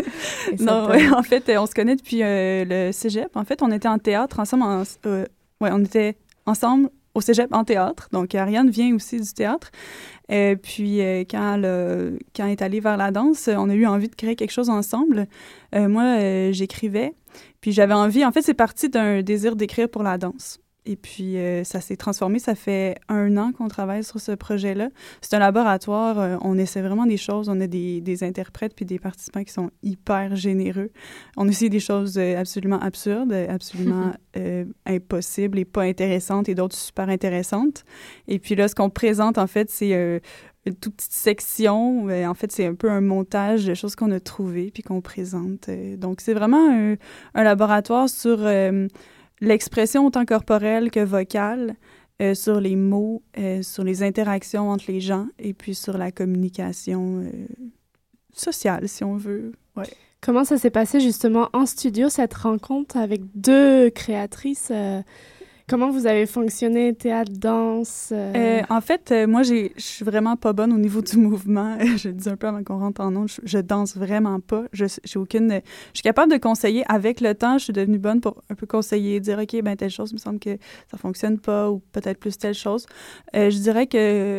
non, ouais, en fait, on se connaît depuis euh, le cégep. En fait, on était en théâtre ensemble. En, euh, ouais, on était ensemble au cégep en théâtre. Donc, Ariane vient aussi du théâtre. Et puis, euh, quand, elle, euh, quand elle est allée vers la danse, on a eu envie de créer quelque chose ensemble. Euh, moi, euh, j'écrivais. Puis j'avais envie, en fait, c'est parti d'un désir d'écrire pour la danse. Et puis, euh, ça s'est transformé. Ça fait un an qu'on travaille sur ce projet-là. C'est un laboratoire. Euh, on essaie vraiment des choses. On a des, des interprètes puis des participants qui sont hyper généreux. On essaie des choses euh, absolument absurdes, absolument euh, impossibles et pas intéressantes et d'autres super intéressantes. Et puis là, ce qu'on présente, en fait, c'est... Euh, une toute petite section. Euh, en fait, c'est un peu un montage de choses qu'on a trouvées puis qu'on présente. Euh, donc, c'est vraiment un, un laboratoire sur euh, l'expression autant corporelle que vocale, euh, sur les mots, euh, sur les interactions entre les gens et puis sur la communication euh, sociale, si on veut. Ouais. Comment ça s'est passé justement en studio, cette rencontre avec deux créatrices euh... Comment vous avez fonctionné, théâtre, danse? Euh... Euh, en fait, euh, moi, je suis vraiment pas bonne au niveau du mouvement. Je le dis un peu avant qu'on rentre en ondes, je, je danse vraiment pas. Je j'ai aucune. Je suis capable de conseiller avec le temps. Je suis devenue bonne pour un peu conseiller, dire ok, ben telle chose, il me semble que ça fonctionne pas, ou peut-être plus telle chose. Euh, je dirais que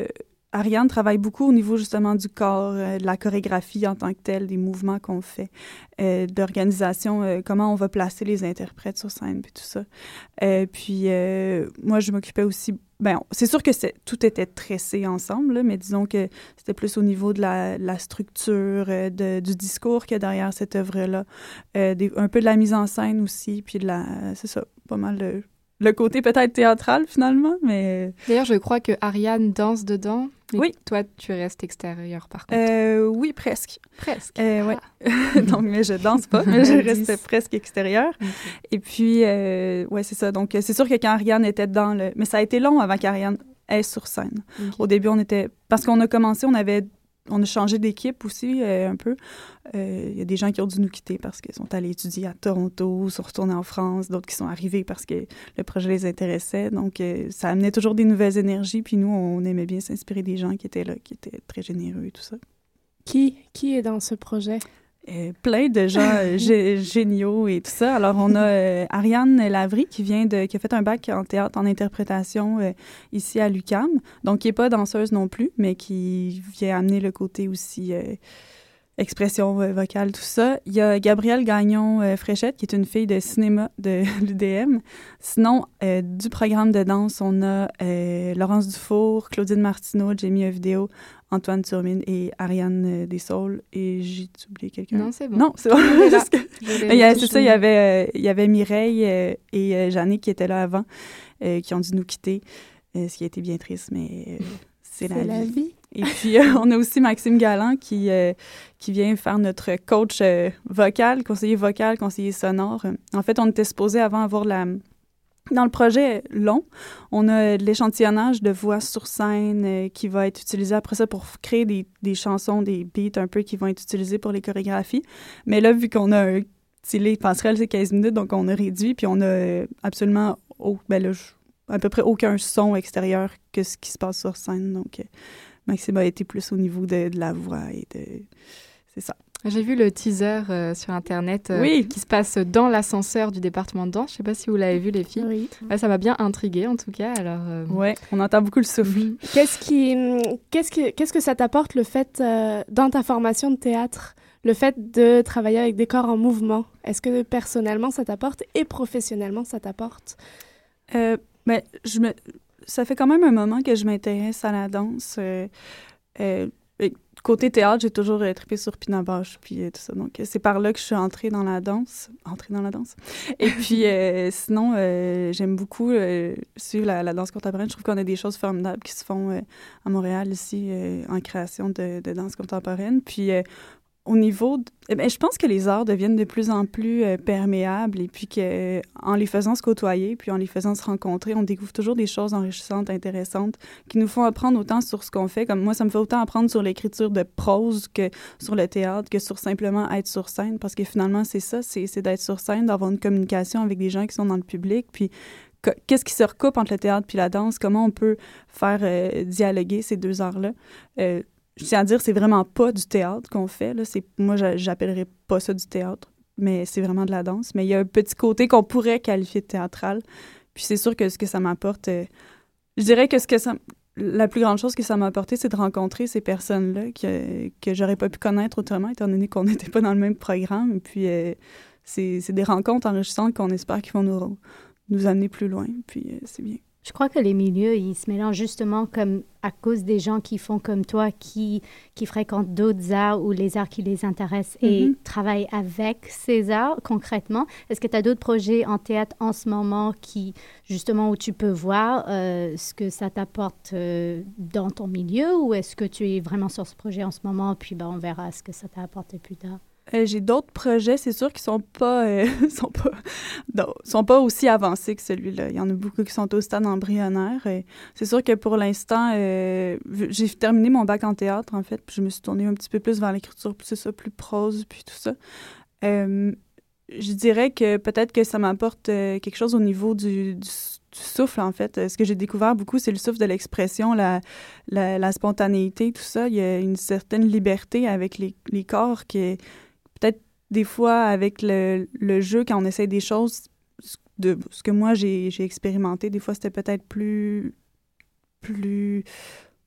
Ariane travaille beaucoup au niveau justement du corps, euh, de la chorégraphie en tant que telle, des mouvements qu'on fait, euh, d'organisation, euh, comment on va placer les interprètes sur scène, puis tout ça. Euh, puis euh, moi, je m'occupais aussi... Ben, c'est sûr que c'est, tout était tressé ensemble, là, mais disons que c'était plus au niveau de la, la structure, euh, de, du discours qu'il y a derrière cette œuvre-là, euh, des, un peu de la mise en scène aussi, puis de la... C'est ça, pas mal de... Le côté peut-être théâtral, finalement, mais... D'ailleurs, je crois que Ariane danse dedans. Mais oui. Toi, tu restes extérieur, par contre. Euh, oui, presque. Presque. Euh, oui. Ah. Donc, mais je danse pas, mais je reste presque extérieure. Okay. Et puis, euh, ouais, c'est ça. Donc, c'est sûr que quand Ariane était dans le... Mais ça a été long avant qu'Ariane est sur scène. Okay. Au début, on était... Parce qu'on a commencé, on avait... On a changé d'équipe aussi, euh, un peu. Il euh, y a des gens qui ont dû nous quitter parce qu'ils sont allés étudier à Toronto, sont retournés en France, d'autres qui sont arrivés parce que le projet les intéressait. Donc, euh, ça amenait toujours des nouvelles énergies. Puis nous, on aimait bien s'inspirer des gens qui étaient là, qui étaient très généreux et tout ça. Qui, qui est dans ce projet? Euh, plein de gens euh, g- géniaux et tout ça. Alors, on a euh, Ariane Lavry qui vient de, qui a fait un bac en théâtre, en interprétation euh, ici à l'U Q A M. Donc, qui n'est pas danseuse non plus, mais qui vient amener le côté aussi euh, expression euh, vocale, tout ça. Il y a Gabrielle Gagnon-Fréchette, qui est une fille de cinéma de l'U D M. Sinon, euh, du programme de danse, on a euh, Laurence Dufour, Claudine Martineau, Jamie Ovideo, Antoine Turmine et Ariane Dessaules. Et j'ai oublié quelqu'un? Non, c'est bon. Non, c'est bon. Juste que... il y a, c'est ça, il y avait, euh, il y avait Mireille euh, et euh, Jannick qui étaient là avant, euh, qui ont dû nous quitter, euh, ce qui a été bien triste, mais euh, c'est, c'est la, la vie. vie. Et puis, euh, on a aussi Maxime Galland qui, euh, qui vient faire notre coach euh, vocal, conseiller vocal, conseiller sonore. En fait, on était supposé avant avoir la... Dans le projet long, on a de l'échantillonnage de voix sur scène euh, qui va être utilisé après ça pour créer des, des chansons, des beats un peu qui vont être utilisés pour les chorégraphies. Mais là, vu qu'on a un télé passerelle, c'est quinze minutes, donc on a réduit, puis on a euh, absolument oh, ben là, à peu près aucun son extérieur que ce qui se passe sur scène. Donc, euh, Maxime a été plus au niveau de, de la voix et de... C'est ça. J'ai vu le teaser euh, sur Internet euh, oui. qui se passe dans l'ascenseur du département de danse. Je ne sais pas si vous l'avez vu, les filles. Oui. Ouais, ça m'a bien intriguée, en tout cas. Alors, euh... Oui, on entend beaucoup le souffle. Mm-hmm. Qu'est-ce, qui, qu'est-ce, que, qu'est-ce que ça t'apporte, le fait, euh, dans ta formation de théâtre, le fait de travailler avec des corps en mouvement? Est-ce que personnellement, ça t'apporte et professionnellement, ça t'apporte? Euh, ben, je me... Ça fait quand même un moment que je m'intéresse à la danse. Euh, euh, Côté théâtre, j'ai toujours euh, trippé sur Pina Bausch, puis euh, tout ça. Donc, euh, c'est par là que je suis entrée dans la danse. Entrée dans la danse. Et puis, euh, sinon, euh, j'aime beaucoup euh, suivre la, la danse contemporaine. Je trouve qu'on a des choses formidables qui se font euh, à Montréal, ici, euh, en création de, de danse contemporaine. Puis, euh, au niveau... De, eh bien, je pense que les arts deviennent de plus en plus euh, perméables et puis qu'en euh, les faisant se côtoyer, puis en les faisant se rencontrer, on découvre toujours des choses enrichissantes, intéressantes, qui nous font apprendre autant sur ce qu'on fait. Comme moi, ça me fait autant apprendre sur l'écriture de prose que sur le théâtre, que sur simplement être sur scène, parce que finalement, c'est ça, c'est, c'est d'être sur scène, d'avoir une communication avec des gens qui sont dans le public, puis qu'est-ce qui se recoupe entre le théâtre puis la danse, comment on peut faire euh, dialoguer ces deux arts-là. Euh, Je tiens à dire, c'est vraiment pas du théâtre qu'on fait. Là. C'est, moi, j'appellerais pas ça du théâtre, mais c'est vraiment de la danse. Mais il y a un petit côté qu'on pourrait qualifier de théâtral. Puis c'est sûr que ce que ça m'apporte... Euh, je dirais que ce que ça... La plus grande chose que ça m'a apporté, c'est de rencontrer ces personnes-là que, que j'aurais pas pu connaître autrement, étant donné qu'on n'était pas dans le même programme. Et puis, euh, c'est, c'est des rencontres enrichissantes qu'on espère qu'ils vont nous, nous amener plus loin. Puis, euh, c'est bien. Je crois que les milieux, ils se mélangent justement comme à cause des gens qui font comme toi, qui, qui fréquentent d'autres arts ou les arts qui les intéressent et mm-hmm. travaillent avec ces arts concrètement. Est-ce que tu as d'autres projets en théâtre en ce moment qui, justement, où tu peux voir euh, ce que ça t'apporte euh, dans ton milieu, ou est-ce que tu es vraiment sur ce projet en ce moment, puis ben, on verra ce que ça t'a apporté plus tard? Euh, j'ai d'autres projets, c'est sûr, qui sont pas, euh, sont pas, non, sont pas aussi avancés que celui-là. Il y en a beaucoup qui sont au stade embryonnaire. Et c'est sûr que pour l'instant, euh, j'ai terminé mon bac en théâtre, en fait, puis je me suis tournée un petit peu plus vers l'écriture, puis c'est ça, plus prose, puis tout ça. Euh, je dirais que peut-être que ça m'apporte euh, quelque chose au niveau du, du, du souffle, en fait. Ce que j'ai découvert beaucoup, c'est le souffle de l'expression, la, la, la spontanéité, tout ça. Il y a une certaine liberté avec les, les corps qui est... Peut-être des fois, avec le, le jeu, quand on essaie des choses, de ce que moi, j'ai, j'ai expérimenté, des fois, c'était peut-être plus... plus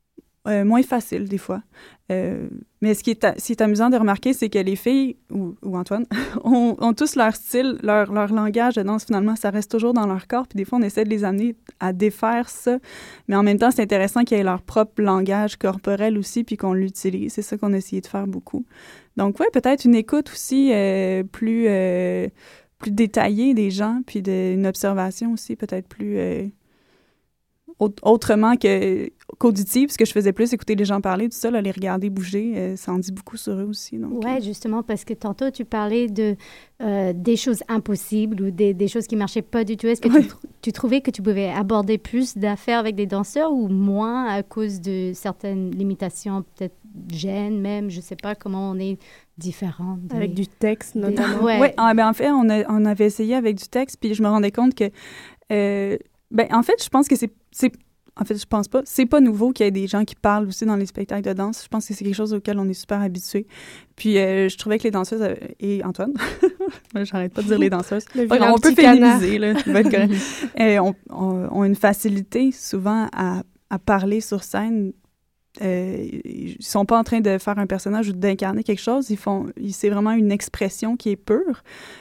euh, moins facile des fois. Euh, mais ce qui, est, ce qui est amusant de remarquer, c'est que les filles, ou, ou Antoine, ont, ont tous leur style, leur, leur langage de danse, finalement, ça reste toujours dans leur corps. Puis des fois, on essaie de les amener à défaire ça. Mais en même temps, c'est intéressant qu'ils aient leur propre langage corporel aussi, puis qu'on l'utilise. C'est ça qu'on a essayé de faire beaucoup. Donc, oui, peut-être une écoute aussi euh, plus, euh, plus détaillée des gens, puis de, une observation aussi peut-être plus... Euh, autrement que, qu'auditive, parce que je faisais plus écouter les gens parler, tout ça, là, les regarder bouger, euh, ça en dit beaucoup sur eux aussi. Oui, euh. justement, parce que tantôt, tu parlais de, euh, des choses impossibles ou des, des choses qui ne marchaient pas du tout. Est-ce que ouais. tu, tu trouvais que tu pouvais aborder plus d'affaires avec des danseurs ou moins à cause de certaines limitations, peut-être gêne même, je ne sais pas comment on est différent. Des, avec du texte, notamment. Oui, ouais. ah, ben, en fait, on, a, on avait essayé avec du texte, puis je me rendais compte que... Euh, ben, en fait, je pense que c'est, c'est... En fait, je pense pas. C'est pas nouveau qu'il y ait des gens qui parlent aussi dans les spectacles de danse. Je pense que c'est quelque chose auquel on est super habitué. Puis, euh, je trouvais que les danseuses... Euh, et Antoine, j'arrête pas de dire les danseuses. Le ouais, on peut féminiser, là. Ça va être correct. euh, on, on, on a une facilité, souvent, à, à parler sur scène. Euh, ils sont pas en train de faire un personnage ou d'incarner quelque chose. Ils font... C'est vraiment une expression qui est pure,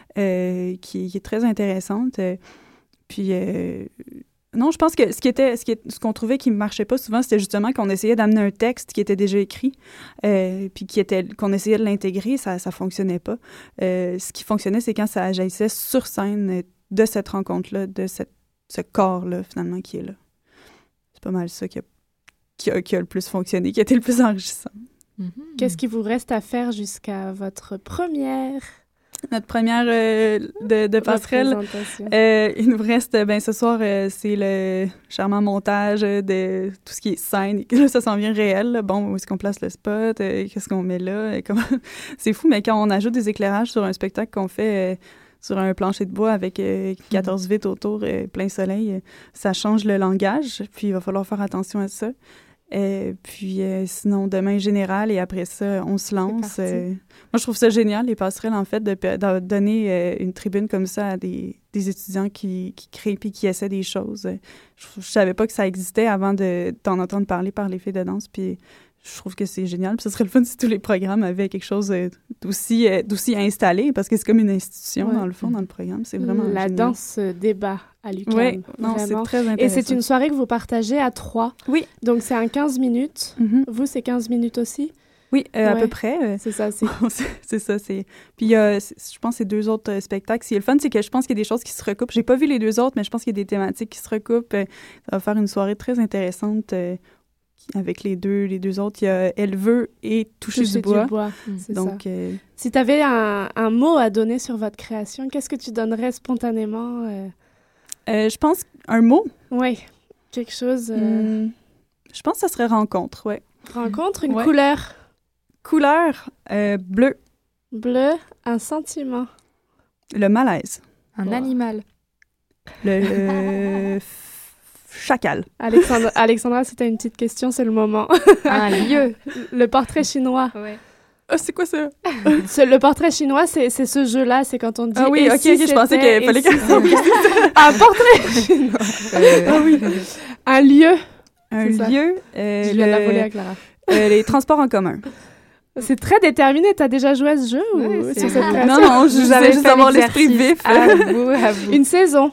euh, qui, qui est très intéressante. Euh, Puis, euh, non, je pense que ce qui était, ce, qui est, ce qu'on trouvait qui ne marchait pas souvent, c'était justement qu'on essayait d'amener un texte qui était déjà écrit, euh, puis qui était, qu'on essayait de l'intégrer, ça ne fonctionnait pas. Euh, ce qui fonctionnait, c'est quand ça agissait sur scène de cette rencontre-là, de cette, ce corps-là, finalement, qui est là. C'est pas mal ça qui a, qui a, qui a le plus fonctionné, qui a été le plus enrichissant. Mm-hmm. Qu'est-ce qui vous reste à faire jusqu'à votre première... Notre première euh, de, de passerelle. Euh, il nous reste, ben ce soir, euh, c'est le charmant montage de tout ce qui est scène. Là, ça s'en vient réel. Là. Bon, où est-ce qu'on place le spot? Euh, qu'est-ce qu'on met là? Et comment... C'est fou, mais quand on ajoute des éclairages sur un spectacle qu'on fait euh, sur un plancher de bois avec euh, quatorze vitres autour, euh, plein soleil, euh, ça change le langage. Puis il va falloir faire attention à ça. Euh, puis euh, sinon, demain général, et après ça, on se lance. Euh, moi, je trouve ça génial, les passerelles, en fait, de, de donner euh, une tribune comme ça à des, des étudiants qui, qui créent puis qui essaient des choses. Je, je savais pas que ça existait avant de, d'en entendre parler par les filles de danse, puis je trouve que c'est génial. Puis ce serait le fun si tous les programmes avaient quelque chose euh, d'aussi, euh, d'aussi installé, parce que c'est comme une institution, ouais. dans le fond, dans le programme. C'est vraiment La génial. danse débat à l'U Q A M. Oui, non, c'est très intéressant. Et c'est une soirée que vous partagez à trois. Oui. Donc, c'est en quinze minutes. Mm-hmm. Vous, c'est quinze minutes aussi? Oui, euh, ouais. à peu près. C'est ça, c'est... c'est ça, c'est... Puis, euh, je pense que c'est deux autres euh, spectacles. Ce qui est le fun, c'est que je pense qu'il y a des choses qui se recoupent. J'ai pas vu les deux autres, mais je pense qu'il y a des thématiques qui se recoupent. Euh, ça va faire une soirée très intéressante euh, avec les deux, les deux autres. Il y a Elle veut et Toucher, Toucher du bois. Du bois. Mmh. C'est Donc, ça. Euh... Si tu avais un, un mot à donner sur votre création, qu'est-ce que tu donnerais spontanément? Euh... Euh, je pense un mot. Oui, quelque chose... Euh... Mmh. Je pense que ça serait rencontre, oui. Rencontre, une ouais. couleur. Couleur, euh, bleu. Bleu, un sentiment. Le malaise. Un wow. animal. Le euh, chacal. Alexandra, Alexandra, si tu as une petite question, c'est le moment. Un lieu. Le portrait chinois. Ouais. Ah, c'est quoi ça? ce, le portrait chinois, c'est, c'est ce jeu-là, c'est quand on dit... Ah oui, ok, si ok, je pensais qu'il fallait que... Si un portrait chinois. Euh... Ah oui. Un lieu. Un lieu. Euh, je viens le... de la voler à Clara. Euh, les transports en commun. C'est très déterminé. T'as déjà joué à ce jeu ouais, ou sur cette création? Non, non, je voulais juste avoir l'esprit vif. À vous, à vous. Une saison.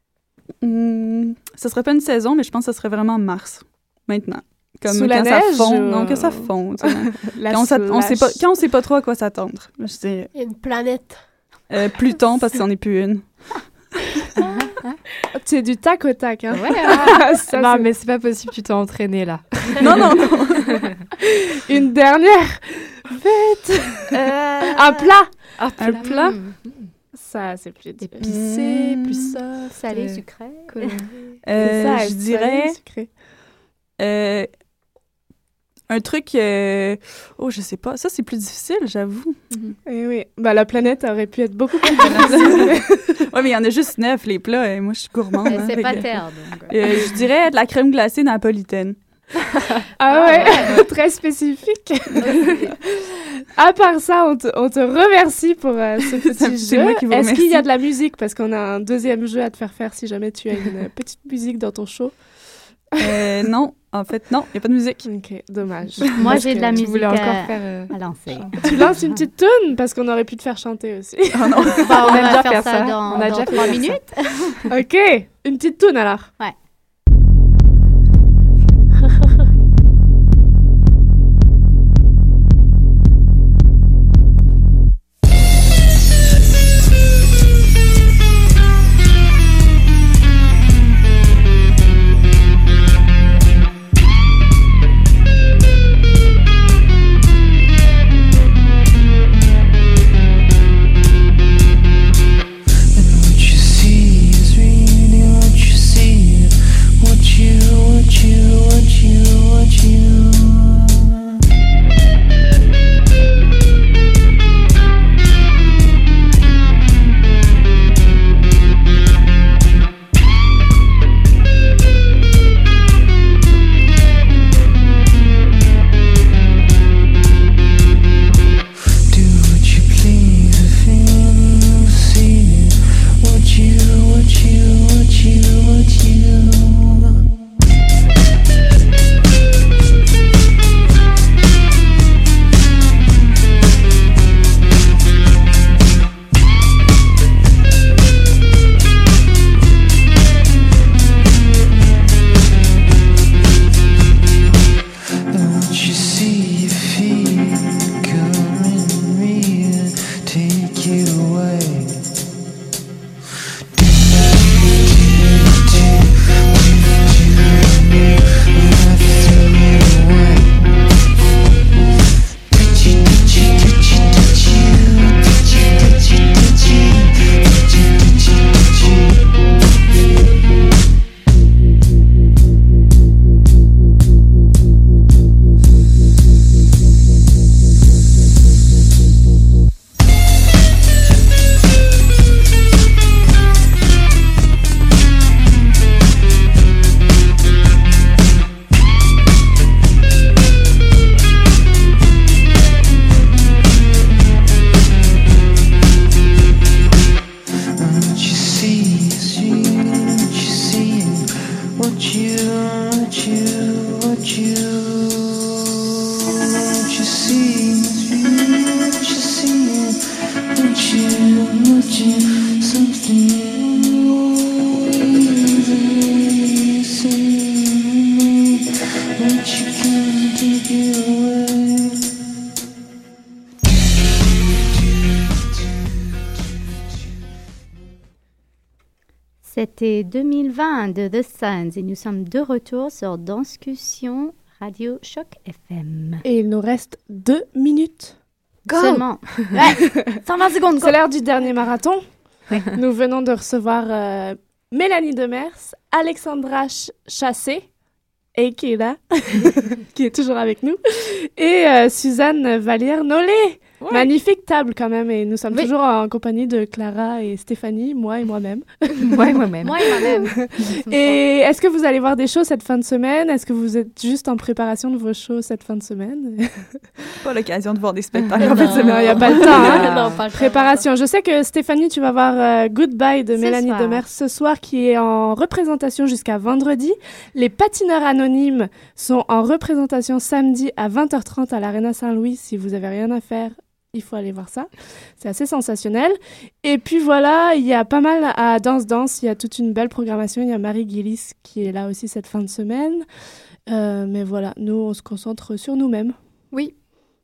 Hum, ce serait pas une saison, mais je pense que ce serait vraiment mars, maintenant. Comme Sous quand la ça neige fond. ou... Non, que ça fond. la quand, on on sait pas, quand on sait pas trop à quoi s'attendre. C'est... Une planète. Euh, Pluton, parce que c'en est plus une. Tu es du tac au tac, hein? Ouais. Ah, ça, non, c'est... mais c'est pas possible, tu t'es entraînée, là. non, non, non. Une dernière. Fête. Euh... Un plat. Un plat. Un plat. Mmh. Ça, c'est plus épicé, mmh. plus soft. Salé, euh... sucré. Euh, c'est ça, je dirais... Salé, sucré. Euh... Un truc, euh... oh, je sais pas. Ça, c'est plus difficile, j'avoue. Mm-hmm. Et oui. Bah, la planète aurait pu être beaucoup plus difficile. Oui, mais il y en a juste neuf, les plats. Et moi, je suis gourmande. Hein, c'est pas que... terre, donc. Euh, je dirais de la crème glacée napolitaine. Ah ouais, ah ouais. Très spécifique. À part ça, on te, on te remercie pour euh, ce petit c'est jeu. Moi qui vous Est-ce remercie. qu'il y a de la musique? Parce qu'on a un deuxième jeu à te faire faire si jamais tu as une petite musique dans ton show. Euh, non, en fait, non, il n'y a pas de musique. Ok, dommage. Moi, Parce j'ai de que la tu musique voulais encore à, faire, euh, à lancer. Tu lances une petite toune parce qu'on aurait pu te faire chanter aussi. Oh non. Bah, on, on aime va déjà faire faire ça, ça. dans, On a dans déjà trois fait ça. minutes. Ok, une petite toune alors. Ouais. C'était deux mille vingt de The Suns et nous sommes de retour sur Danscussion Radio Choc F M. Et il nous reste deux minutes. Go! Seulement. Ouais, cent vingt secondes. C'est l'heure du dernier marathon. Nous venons de recevoir euh, Mélanie Demers, Alexandra Ch- Chassé, et qui est là, qui est toujours avec nous, et euh, Suzanne Vallière-Nollet. Ouais. Magnifique table quand même, et nous sommes oui. toujours en compagnie de Clara et Stéphanie, moi et moi-même. moi et moi-même. Moi et moi-même. Et est-ce que vous allez voir des shows cette fin de semaine? Est-ce que vous êtes juste en préparation de vos shows cette fin de semaine? Pas l'occasion de voir des spectacles en fin de semaine. Il n'y a pas le temps. Hein? non, pas le préparation. Temps. Je sais que Stéphanie, tu vas voir euh, Goodbye de ce Mélanie soir. Demers ce soir, qui est en représentation jusqu'à vendredi. Les patineurs anonymes sont en représentation samedi à vingt heures trente à l'Arena Saint-Louis. Si vous n'avez rien à faire, il faut aller voir ça. C'est assez sensationnel. Et puis voilà, il y a pas mal à Danse Danse. Il y a toute une belle programmation. Il y a Marie Guillis qui est là aussi cette fin de semaine. Euh, mais voilà, nous, on se concentre sur nous-mêmes. Oui.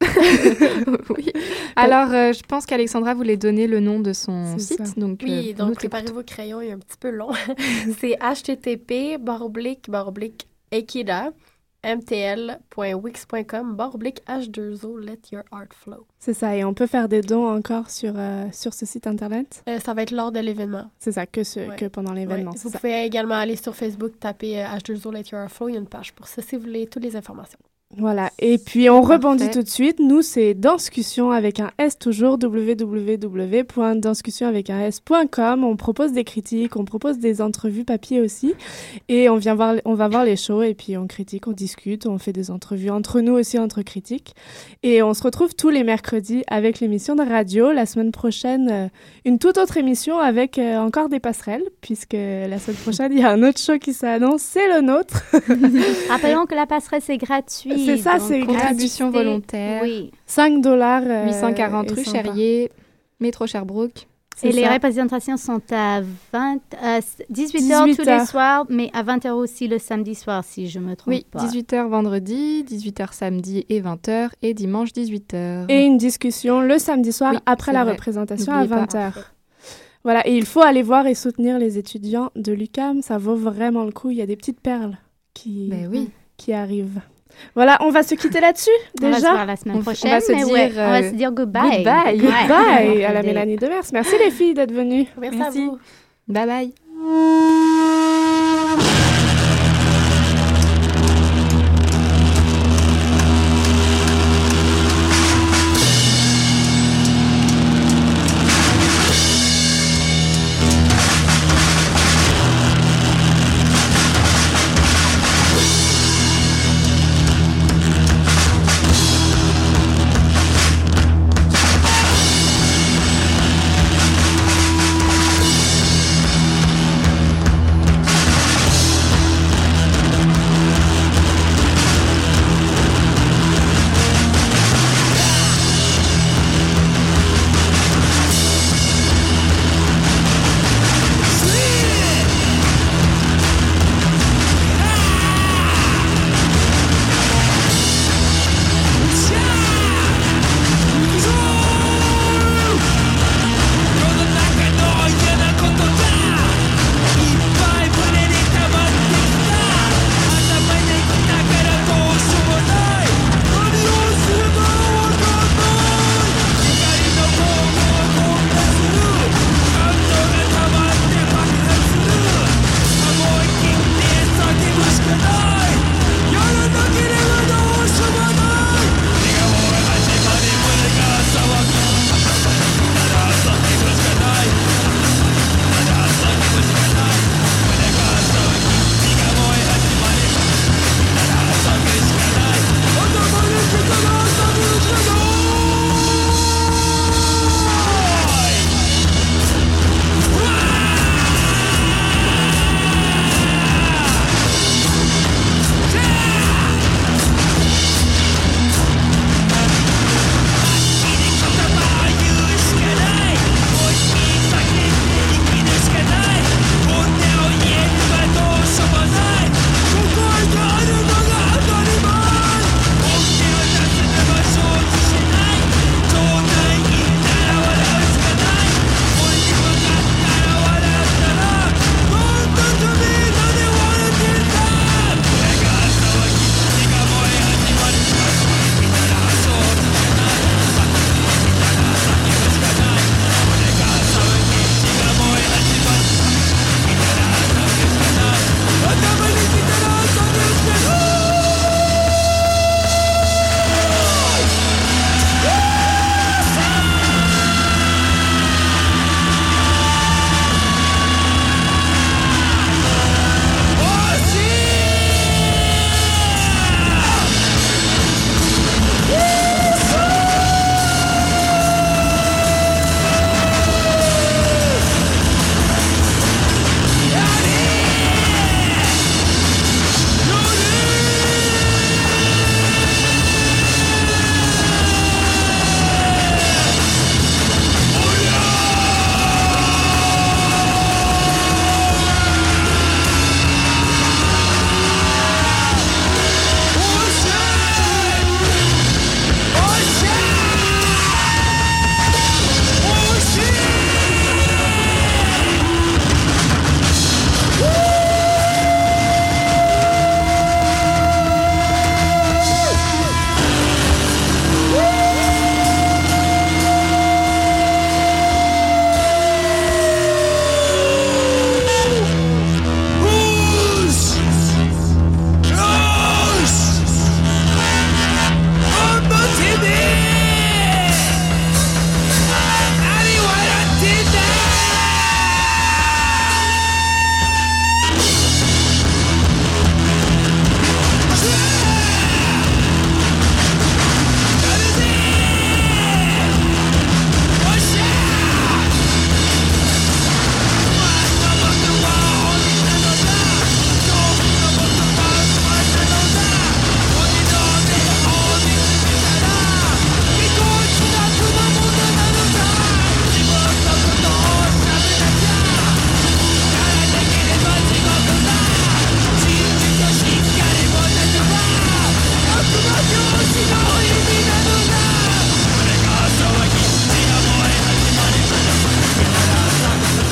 oui. Alors, euh, je pense qu'Alexandra voulait donner le nom de son C'est site. Donc, oui, euh, donc préparez vos crayons, il est un petit peu long. C'est h t t p barre oblique barre oblique Ekida m t l point wix point com barre oblique h deux o let your art flow. C'est ça, et on peut faire des dons encore sur, euh, sur ce site internet? Euh, ça va être lors de l'événement. C'est ça, que, ce, ouais. que pendant l'événement. Ouais. Vous ça. pouvez également aller sur Facebook, taper euh, h deux o let your art flow, il y a une page pour ça si vous voulez toutes les informations. Voilà, et puis on Parfait. rebondit tout de suite. Nous, c'est Danscussion avec un S toujours, w w w point danscussion avec un S point com. On propose des critiques, on propose des entrevues papier aussi. Et on vient voir, on va voir les shows et puis on critique, on discute, on fait des entrevues entre nous aussi, entre critiques. Et on se retrouve tous les mercredis avec l'émission de radio. La semaine prochaine, euh, une toute autre émission avec euh, encore des passerelles, puisque la semaine prochaine, il y a un autre show qui s'annonce, c'est le nôtre. Rappelons que la passerelle, c'est gratuit. C'est ça, c'est contribution volontaire. Oui. cinq dollars. Euh, huit cent quarante rue Cherrier, métro Sherbrooke. Et ça. les représentations sont à vingt, euh, dix-huit heures tous les soirs, mais à vingt heures aussi le samedi soir, si je me trompe oui, pas. Oui, dix-huit heures vendredi, dix-huit heures samedi et vingt heures, et dimanche dix-huit heures. Et une discussion le samedi soir oui, après la vrai. représentation à vingt heures. Voilà, et il faut aller voir et soutenir les étudiants de l'U Q A M, ça vaut vraiment le coup. Il y a des petites perles qui, ben oui. qui arrivent. Voilà, on va se quitter là-dessus, déjà. On va se voir la semaine prochaine, on va se mais dire, ouais, euh, on va se dire goodbye. Goodbye, goodbye à la Mélanie Demers. Merci les filles d'être venues. Merci, Merci à vous. Bye bye.